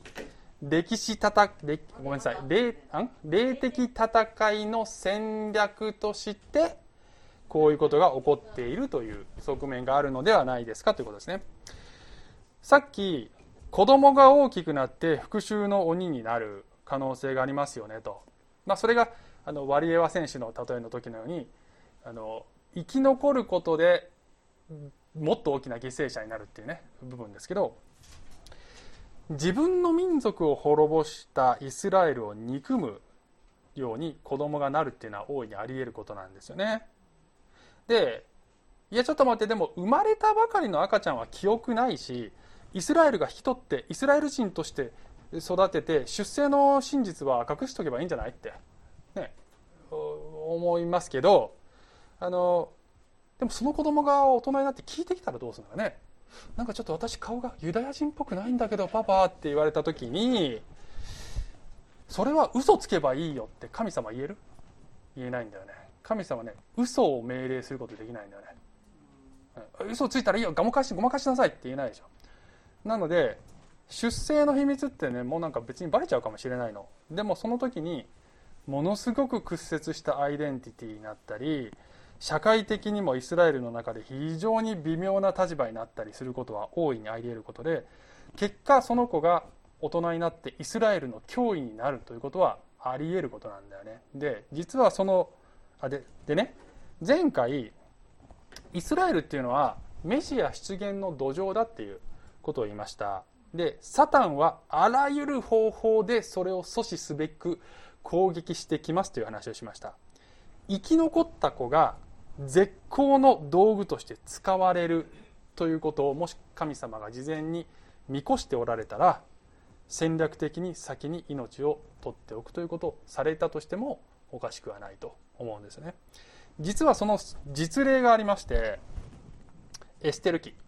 ごめんなさい、霊的戦いの戦略としてこういうことが起こっているという側面があるのではないですかということですね。さっき子供が大きくなって復讐の鬼になる可能性がありますよねと、それがワリエワ選手の例えの時のように生き残ることでもっと大きな犠牲者になるっていうね部分ですけど、自分の民族を滅ぼしたイスラエルを憎むように子供がなるっていうのは大いにあり得ることなんですよね。で、いやちょっと待って、でも生まれたばかりの赤ちゃんは記憶ないし、イスラエルが引き取ってイスラエル人として育てて出生の真実は隠しとけばいいんじゃないって、ね、思いますけど、でもその子供が大人になって聞いてきたらどうするのかね。なんかちょっと私顔がユダヤ人っぽくないんだけどパパって言われた時に、それは嘘つけばいいよって神様言える？言えないんだよね。神様ね、嘘を命令することできないんだよね。嘘ついたらいいよ、ごまかしなさいって言えないでしょ。なので出生の秘密ってね、もうなんか別にバレちゃうかもしれないの。でもその時にものすごく屈折したアイデンティティになったり、社会的にもイスラエルの中で非常に微妙な立場になったりすることは大いにあり得ることで、結果その子が大人になってイスラエルの脅威になるということはあり得ることなんだよね。で、実はでね、前回イスラエルっていうのはメシア出現の土壌だっていうことを言いました。で、サタンはあらゆる方法でそれを阻止すべく攻撃してきますという話をしました。生き残った子が絶好の道具として使われるということをもし神様が事前に見越しておられたら、戦略的に先に命を取っておくということをされたとしてもおかしくはないと思うんですね。実はその実例がありまして、エステル記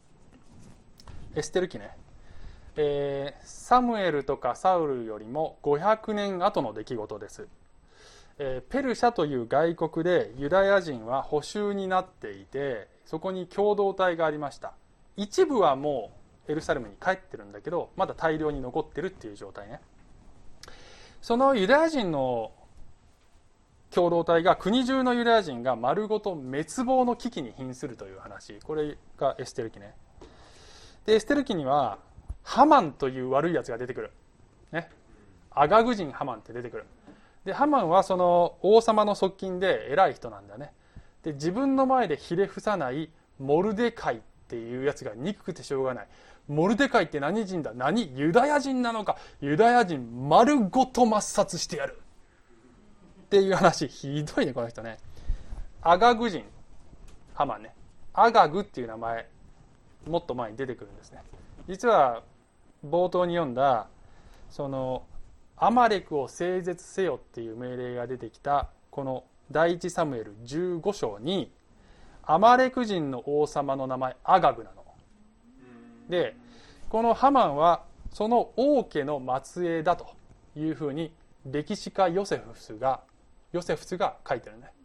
ね、サムエルとかサウルよりも500年後の出来事です。ペルシャという外国でユダヤ人は捕囚になっていて、そこに共同体がありました。一部はもうエルサレムに帰ってるんだけど、まだ大量に残ってるっていう状態ね。そのユダヤ人の共同体が、国中のユダヤ人が丸ごと滅亡の危機に瀕するという話、これがエステル記ね。で、エステル記にはハマンという悪いやつが出てくる、ね、アガグ人ハマンって出てくる。で、ハマンはその王様の側近で偉い人なんだね。で、自分の前でひれ伏さないモルデカイっていうやつが憎くてしょうがない。 モルデカイって何人だ、何ユダヤ人なのか、ユダヤ人丸ごと抹殺してやるっていう話。ひどいねこの人ね。アガグ人、ハマンね、アガグっていう名前もっと前に出てくるんですね。実は冒頭に読んだそのアマレクを整絶せよっていう命令が出てきたこの第一サムエル15章にアマレク人の王様の名前アガグなので、このハマンはその王家の末裔だというふうに歴史家ヨセフスが書いてるね。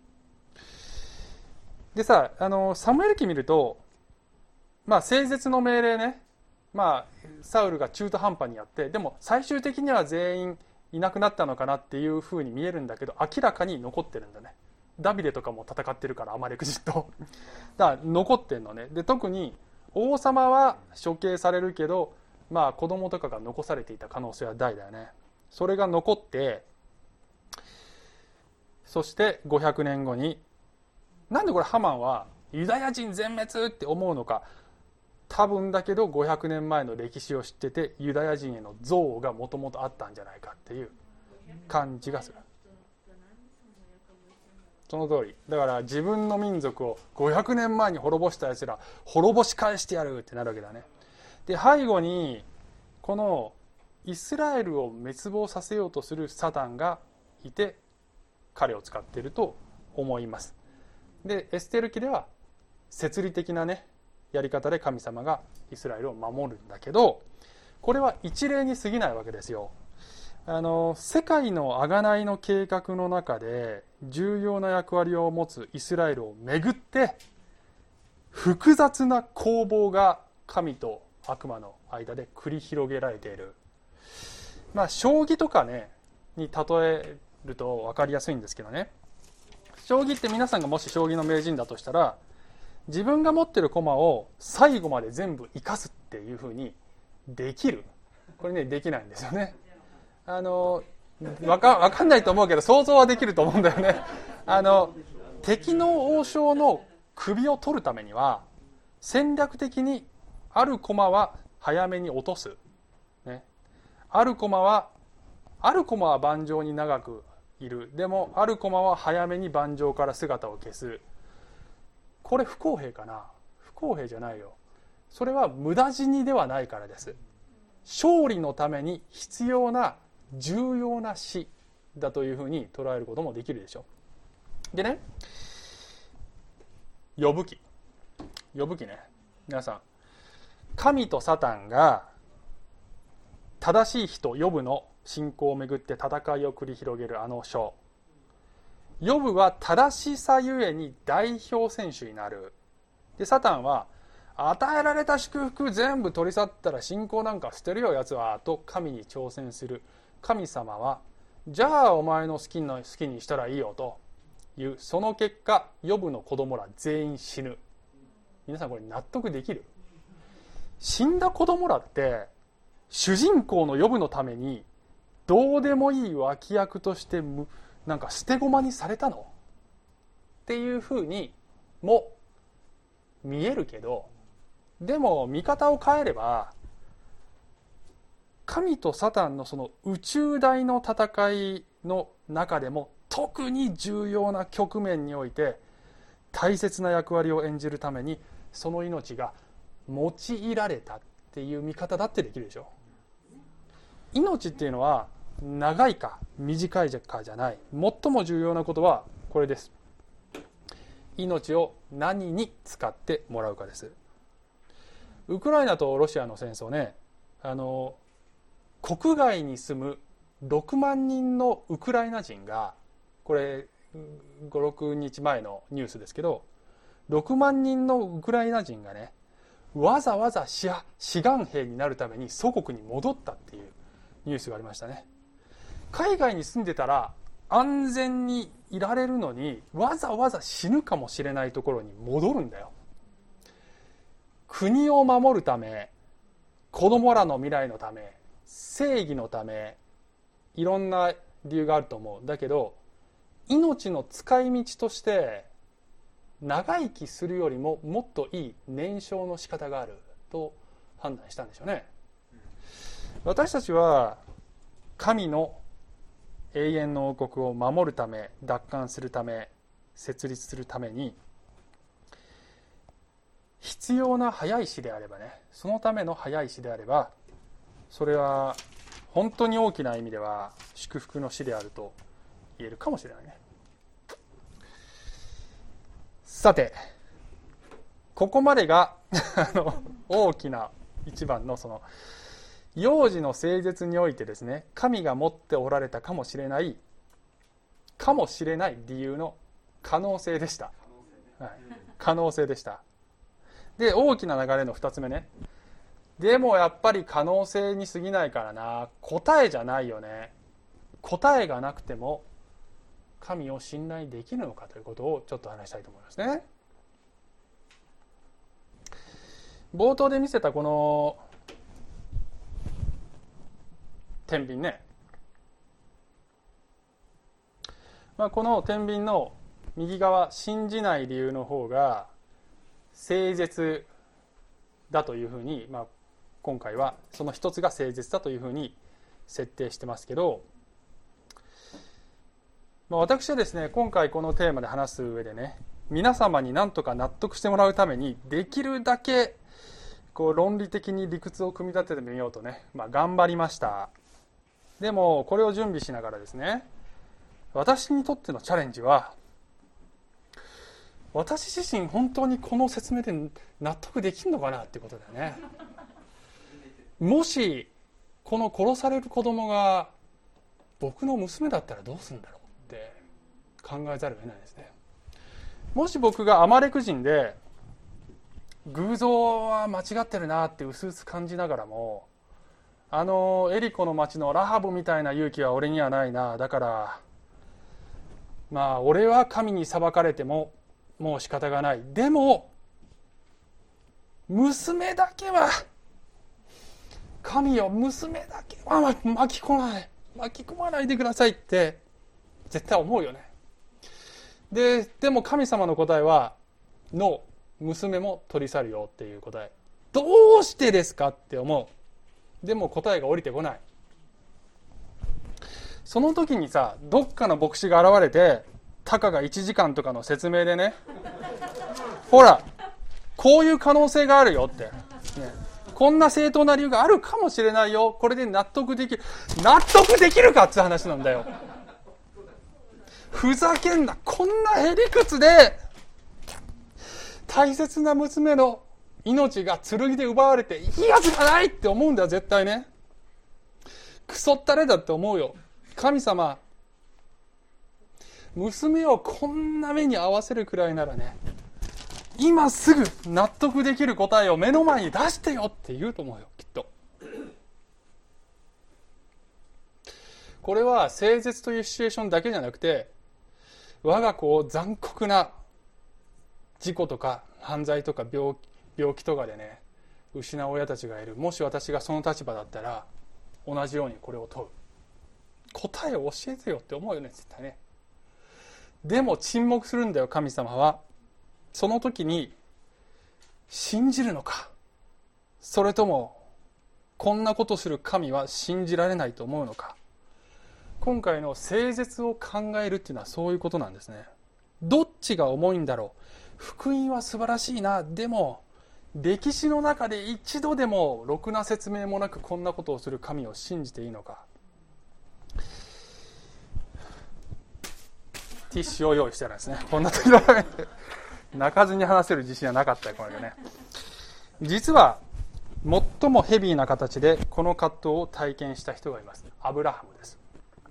でさ、サムエル記見ると、整絶の命令ね、サウルが中途半端にやって、でも最終的には全員いなくなったのかなっていうふうに見えるんだけど、明らかに残ってるんだね。ダビデとかも戦ってるから、アマレク人とだから残ってんのね。で特に王様は処刑されるけど、子供とかが残されていた可能性は大だよね。それが残って、そして500年後に、なんでこれハマンはユダヤ人全滅って思うのか。多分だけど500年前の歴史を知ってて、ユダヤ人への憎悪がもともとあったんじゃないかっていう感じがする。その通りだから、自分の民族を500年前に滅ぼしたやつら滅ぼし返してやるってなるわけだね。で背後にこのイスラエルを滅亡させようとするサタンがいて、彼を使っていると思います。でエステル記では摂理的なねやり方で神様がイスラエルを守るんだけど、これは一例に過ぎないわけですよ。世界の贖いの計画の中で重要な役割を持つイスラエルをめぐって複雑な攻防が神と悪魔の間で繰り広げられている。将棋とかねに例えると分かりやすいんですけどね、将棋って皆さんがもし将棋の名人だとしたら、自分が持ってる駒を最後まで全部生かすっていう風にできる？これねできないんですよね。わかんないと思うけど想像はできると思うんだよね。敵の王将の首を取るためには戦略的にある駒は早めに落とす、ね、ある駒は盤上に長くいる。でもある駒は早めに盤上から姿を消す。これ不公平かな？不公平じゃないよ。それは無駄死にではないからです。勝利のために必要な重要な死だというふうに捉えることもできるでしょう。でね、呼ぶ記ね、皆さん、神とサタンが正しい人ヨブの信仰をめぐって戦いを繰り広げるあの章。ヨブは正しさゆえに代表選手になる。でサタンは与えられた祝福全部取り去ったら信仰なんか捨てるよやつはと神に挑戦する。神様はじゃあお前の好きにしたらいいよという。その結果ヨブの子供ら全員死ぬ。皆さんこれ納得できる？死んだ子供らって主人公のヨブのためにどうでもいい脇役としてなんか捨て駒にされたのっていうふうにも見えるけど、でも見方を変えれば神とサタンのその宇宙大の戦いの中でも特に重要な局面において大切な役割を演じるためにその命が用いられたっていう見方だってできるでしょ。命っていうのは長いか短いかじゃない。最も重要なことはこれです。命を何に使ってもらうかです。ウクライナとロシアの戦争ね、国外に住む6万人のウクライナ人が、これ5、6日前のニュースですけど、6万人のウクライナ人がね、わざわざ志願兵になるために祖国に戻ったっていうニュースがありましたね。海外に住んでたら安全にいられるのにわざわざ死ぬかもしれないところに戻るんだよ。国を守るため、子供らの未来のため、正義のため、いろんな理由があると思う。だけど命の使い道として長生きするよりももっといい燃焼の仕方があると判断したんでしょうね。私たちは神の永遠の王国を守るため、奪還するため、設立するために必要な早い死であればね、そのための早い死であれば、それは本当に大きな意味では祝福の死であると言えるかもしれないね。さて、ここまでが大きな一番のその幼児の聖絶においてですね、神が持っておられたかもしれない理由の可能性でした。はい、可能性でした。で、大きな流れの2つ目ね。でもやっぱり可能性に過ぎないからな、答えじゃないよね。答えがなくても神を信頼できるのかということをちょっと話したいと思いますね。冒頭で見せたこの天秤ね、この天秤の右側、信じない理由の方が聖絶だというふうに、今回はその一つが聖絶だというふうに設定してますけど、私はですね、今回このテーマで話す上でね、皆様に何とか納得してもらうためにできるだけ論理的に理屈を組み立ててみようとね、頑張りました。でもこれを準備しながらですね、私にとってのチャレンジは、私自身本当にこの説明で納得できるのかなっていうことだよね。もしこの殺される子供が僕の娘だったらどうするんだろうって考えざるを得ないですね。もし僕がアマレク人で偶像は間違ってるなってうすうす感じながらも、エリコの町のラハブみたいな勇気は俺にはないな、だから俺は神に裁かれてももう仕方がない、でも娘だけは神よ、娘だけは巻き込まないでくださいって絶対思うよね。でも神様の答えはノー、娘も取り去るよっていう答え。どうしてですかって思う。でも答えが降りてこない。その時にさ、どっかの牧師が現れて、たかが1時間とかの説明でね、ほらこういう可能性があるよって、ね、こんな正当な理由があるかもしれないよ、これで納得できるかって話なんだよ。ふざけんな、こんなへりくつで大切な娘の命が剣で奪われていいやつがないって思うんだよ、絶対ね。クソったれだって思うよ。神様、娘をこんな目に遭わせるくらいならね、今すぐ納得できる答えを目の前に出してよって言うと思うよ、きっと。これは聖絶というシチュエーションだけじゃなくて、我が子を残酷な事故とか犯罪とか病気とかでね失う親たちがいる。もし私がその立場だったら同じようにこれを問う。答えを教えてよって思うよね、絶対ね。でも沈黙するんだよ、神様は。その時に信じるのか、それともこんなことする神は信じられないと思うのか。今回の聖絶を考えるっていうのはそういうことなんですね。どっちが重いんだろう。福音は素晴らしいな、でも歴史の中で一度でもろくな説明もなくこんなことをする神を信じていいのか。ティッシュを用意してあるんですね。こんな時のために泣かずに話せる自信はなかったよ、これでね。実は最もヘビーな形でこの葛藤を体験した人がいます。アブラハムです。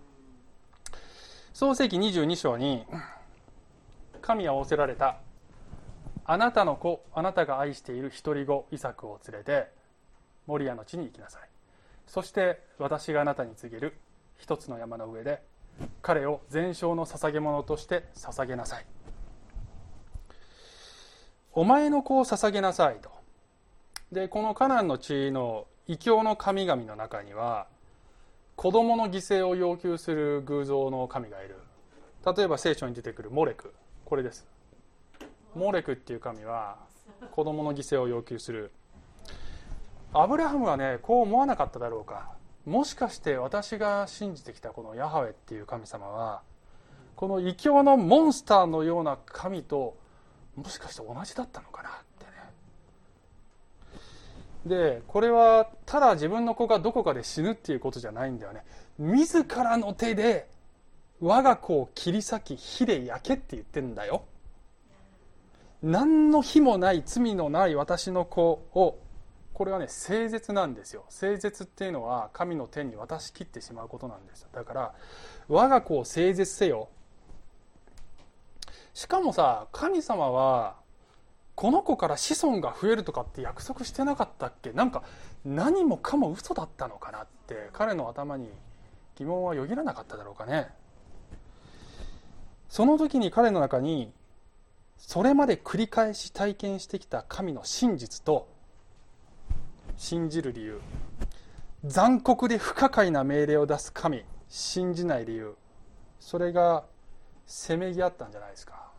創世記22章に神は仰せられた。あなたの子、あなたが愛している一人子イサクを連れてモリアの地に行きなさい。そして私があなたに告げる一つの山の上で彼を全焼の捧げ物として捧げなさい。お前の子を捧げなさいと。で、このカナンの地の異教の神々の中には子供の犠牲を要求する偶像の神がいる。例えば聖書に出てくるモレク、これです。モレクっていう神は子供の犠牲を要求する。 アブラハムはね、こう思わなかっただろうか。もしかして私が信じてきたこのヤハウェっていう神様は、この異教のモンスターのような神ともしかして同じだったのかなってね。で、これはただ自分の子がどこかで死ぬっていうことじゃないんだよね。自らの手で我が子を切り裂き火で焼けって言ってるんだよ。何の非もない罪のない私の子を、これはね、聖絶なんですよ。聖絶っていうのは神の手に渡し切ってしまうことなんですよ。だから我が子を聖絶せよ。しかもさ、神様はこの子から子孫が増えるとかって約束してなかったっけ。なんか何もかも嘘だったのかなって彼の頭に疑問はよぎらなかっただろうかね。その時に彼の中にそれまで繰り返し体験してきた神の真実と信じる理由、残酷で不可解な命令を出す神信じない理由、それがせめぎ合ったんじゃないですか。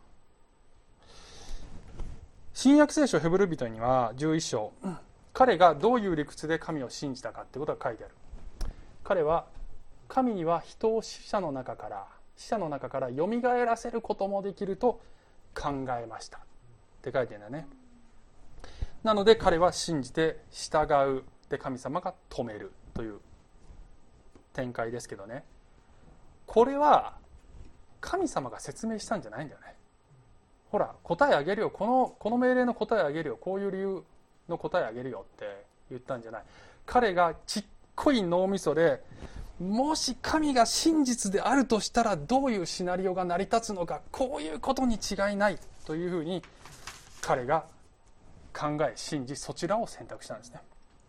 新約聖書ヘブル人には11章、彼がどういう理屈で神を信じたかってことが書いてある。彼は神には人を死者の中からよみがえらせることもできると考えましたって書いてるんだね。なので彼は信じて従うで、神様が止めるという展開ですけどね。これは神様が説明したんじゃないんだよね。ほら、答えあげるよ、この命令の答えあげるよ、こういう理由の答えあげるよって言ったんじゃない。彼がちっこい脳みそで、もし神が真実であるとしたらどういうシナリオが成り立つのか、こういうことに違いないというふうに彼が考え信じ、そちらを選択したんですね。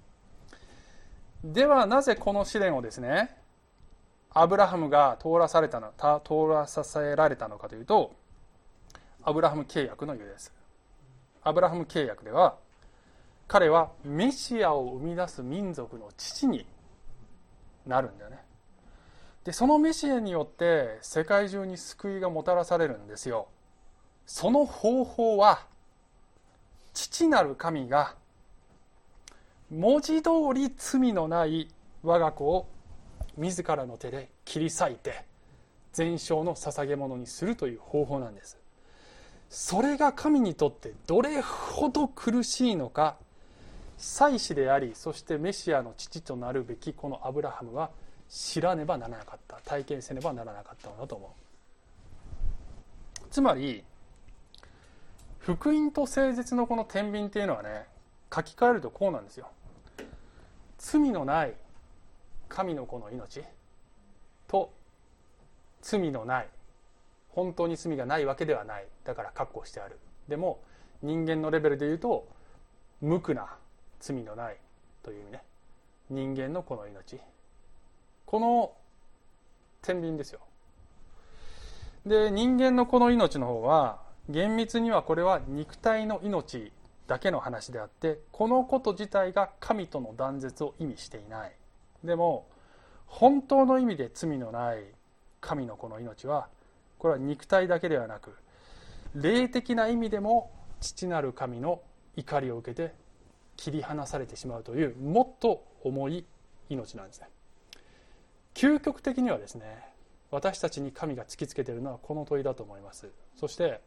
ではなぜこの試練をですね、アブラハムが通らさせられたのかというと、アブラハム契約のゆえです。アブラハム契約では彼はメシアを生み出す民族の父になるんだよね。でそのメシアによって世界中に救いがもたらされるんですよ。その方法は父なる神が文字通り罪のない我が子を自らの手で切り裂いて全焼の捧げ物にするという方法なんです。それが神にとってどれほど苦しいのか、祭司でありそしてメシアの父となるべきこのアブラハムは知らねばならなかった、体験せねばならなかったのだと思う。つまり福音と聖絶のこの天秤っていうのはね、書き換えるとこうなんですよ。罪のない神の子の命と罪のない、本当に罪がないわけではない、だから確保してある、でも人間のレベルで言うと無垢な罪のないという意味ね、人間のこの命、この天秤ですよ。で人間のこの命の方は厳密にはこれは肉体の命だけの話であって、このこと自体が神との断絶を意味していない。でも本当の意味で罪のない神のこの命は、これは肉体だけではなく霊的な意味でも父なる神の怒りを受けて切り離されてしまうというもっと重い命なんですね。究極的にはですね、私たちに神が突きつけているのはこの問いだと思います。そして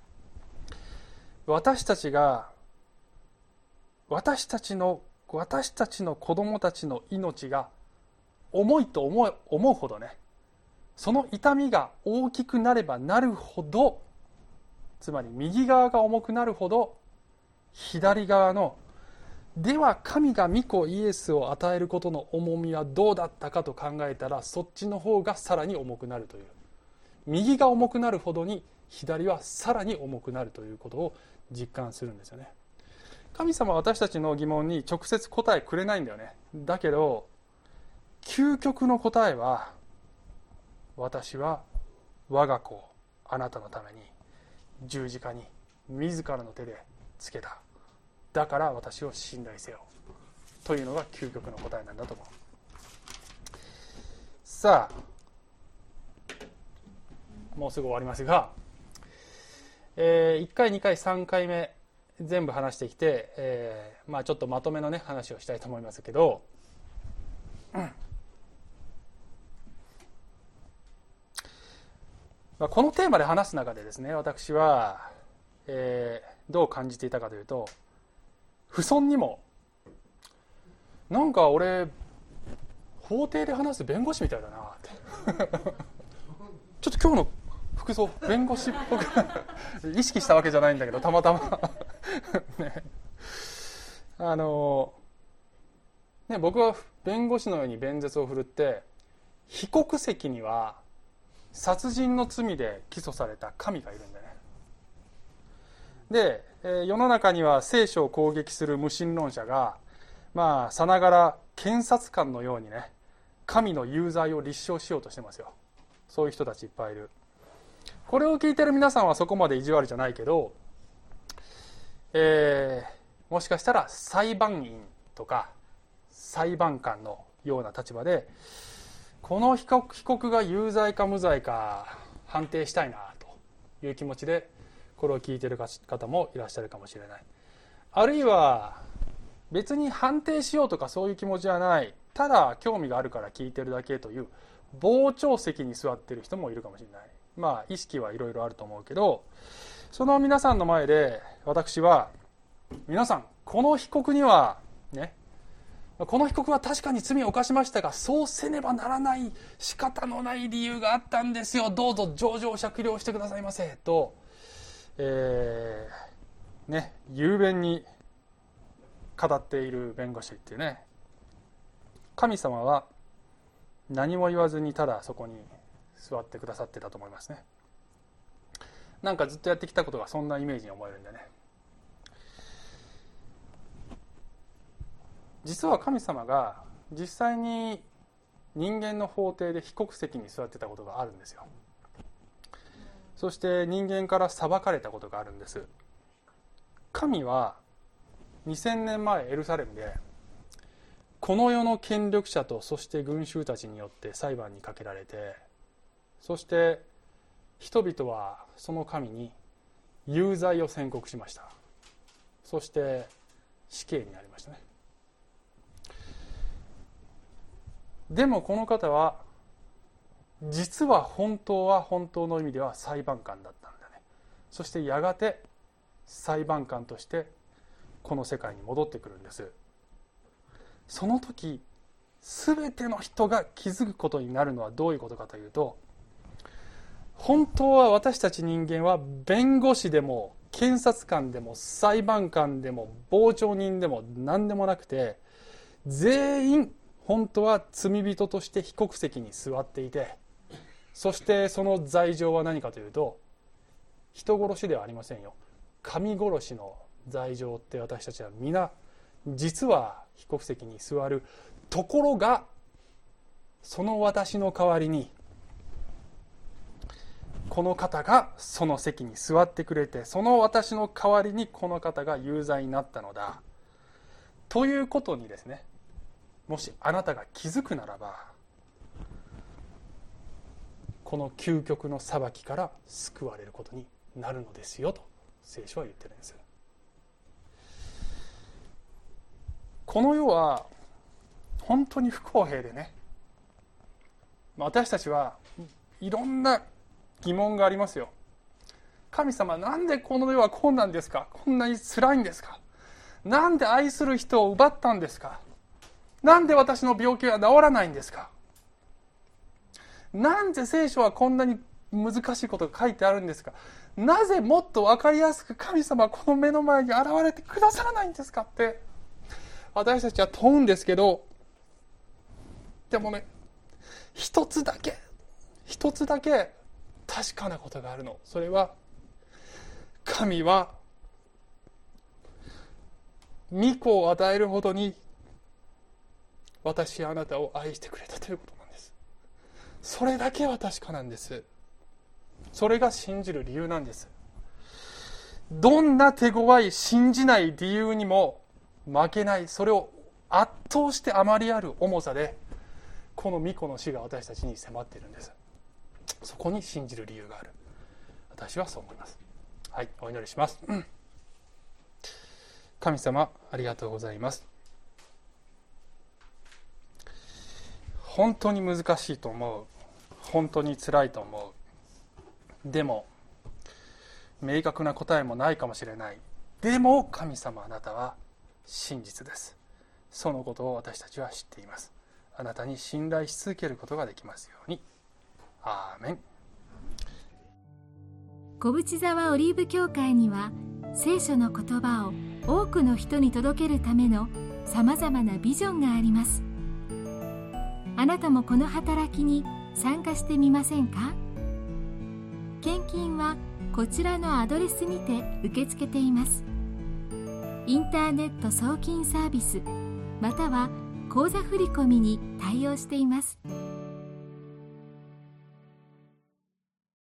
私たちの子供たちの命が重いと思うほどね、その痛みが大きくなればなるほど、つまり右側が重くなるほど左側のでは神が御子イエスを与えることの重みはどうだったかと考えたら、そっちの方がさらに重くなるという、右が重くなるほどに左はさらに重くなるということを実感するんですよね。神様は私たちの疑問に直接答えくれないんだよね。だけど究極の答えは、私は我が子をあなたのために十字架に自らの手でつけた、だから私を信頼せよというのが究極の答えなんだと思う。さあもうすぐ終わりますが、1回2回3回目全部話してきて、ちょっとまとめのね話をしたいと思いますけど、このテーマで話す中でですね、私は、どう感じていたかというと、不遜にもなんか俺法廷で話す弁護士みたいだなってちょっと今日の服装弁護士っぽく意識したわけじゃないんだけど、たまたまね、僕は弁護士のように弁舌を振るって、被告席には殺人の罪で起訴された神がいるんだよね。で、世の中には聖書を攻撃する無神論者がさながら検察官のようにね、神の有罪を立証しようとしてますよ。そういう人たちいっぱいいる。これを聞いてる皆さんはそこまで意地悪じゃないけど、もしかしたら裁判員とか裁判官のような立場で、この被告が有罪か無罪か判定したいなという気持ちでこれを聞いている方もいらっしゃるかもしれない。あるいは別に判定しようとかそういう気持ちはない、ただ興味があるから聞いてるだけという傍聴席に座っている人もいるかもしれない。意識はいろいろあると思うけど、その皆さんの前で私は、皆さんこの被告にはね、この被告は確かに罪を犯しましたが、そうせねばならない仕方のない理由があったんですよ、どうぞ情状酌量してくださいませと、雄弁に語っている弁護士っていうね、神様は何も言わずにただそこに座ってくださってたと思いますね。なんかずっとやってきたことがそんなイメージに思えるんでね。実は神様が実際に人間の法廷で被告席に座ってたことがあるんですよ。そして人間から裁かれたことがあるんです。神は2000年前エルサレムでこの世の権力者とそして群衆たちによって裁判にかけられて、そして人々はその神に有罪を宣告しました。そして死刑になりましたね。でもこの方は実は本当の意味では裁判官だったんだね。そしてやがて裁判官としてこの世界に戻ってくるんです。その時全ての人が気づくことになるのはどういうことかというと、本当は私たち人間は弁護士でも検察官でも裁判官でも傍聴人でも何でもなくて、全員本当は罪人として被告席に座っていて、そしてその罪状は何かというと、人殺しではありませんよ。神殺しの罪状って私たちは皆実は被告席に座る。ところがその私の代わりにこの方がその席に座ってくれて、その私の代わりにこの方が有罪になったのだということにですね、もしあなたが気づくならば、この究極の裁きから救われることになるのですよと聖書は言ってるんです。この世は本当に不公平でね、私たちはいろんな疑問がありますよ。神様、なんでこの世はこうなんですか？こんなに辛いんですか？なんで愛する人を奪ったんですか？なんで私の病気は治らないんですか？なんで聖書はこんなに難しいことが書いてあるんですか？なぜもっと分かりやすく神様はこの目の前に現れてくださらないんですかって私たちは問うんですけど、でもね、一つだけ確かなことがあるの。それは神は御子を与えるほどに私あなたを愛してくれたということなんです。それだけは確かなんです。それが信じる理由なんです。どんな手強い信じない理由にも負けない、それを圧倒してあまりある重さでこの御子の死が私たちに迫っているんです。そこに信じる理由がある。私はそう思います。はい、お祈りします。 神様、ありがとうございます。本当に難しいと思う。本当に辛いと思う。でも明確な答えもないかもしれない。でも神様、あなたは真実です。そのことを私たちは知っています。あなたに信頼し続けることができますように。アーメン。 小淵沢オリーブ教会には、聖書の言葉を多くの人に届けるためのさまざまなビジョンがあります。あなたもこの働きに参加してみませんか？献金はこちらのアドレスにて受け付けています。インターネット送金サービスまたは口座振込に対応しています。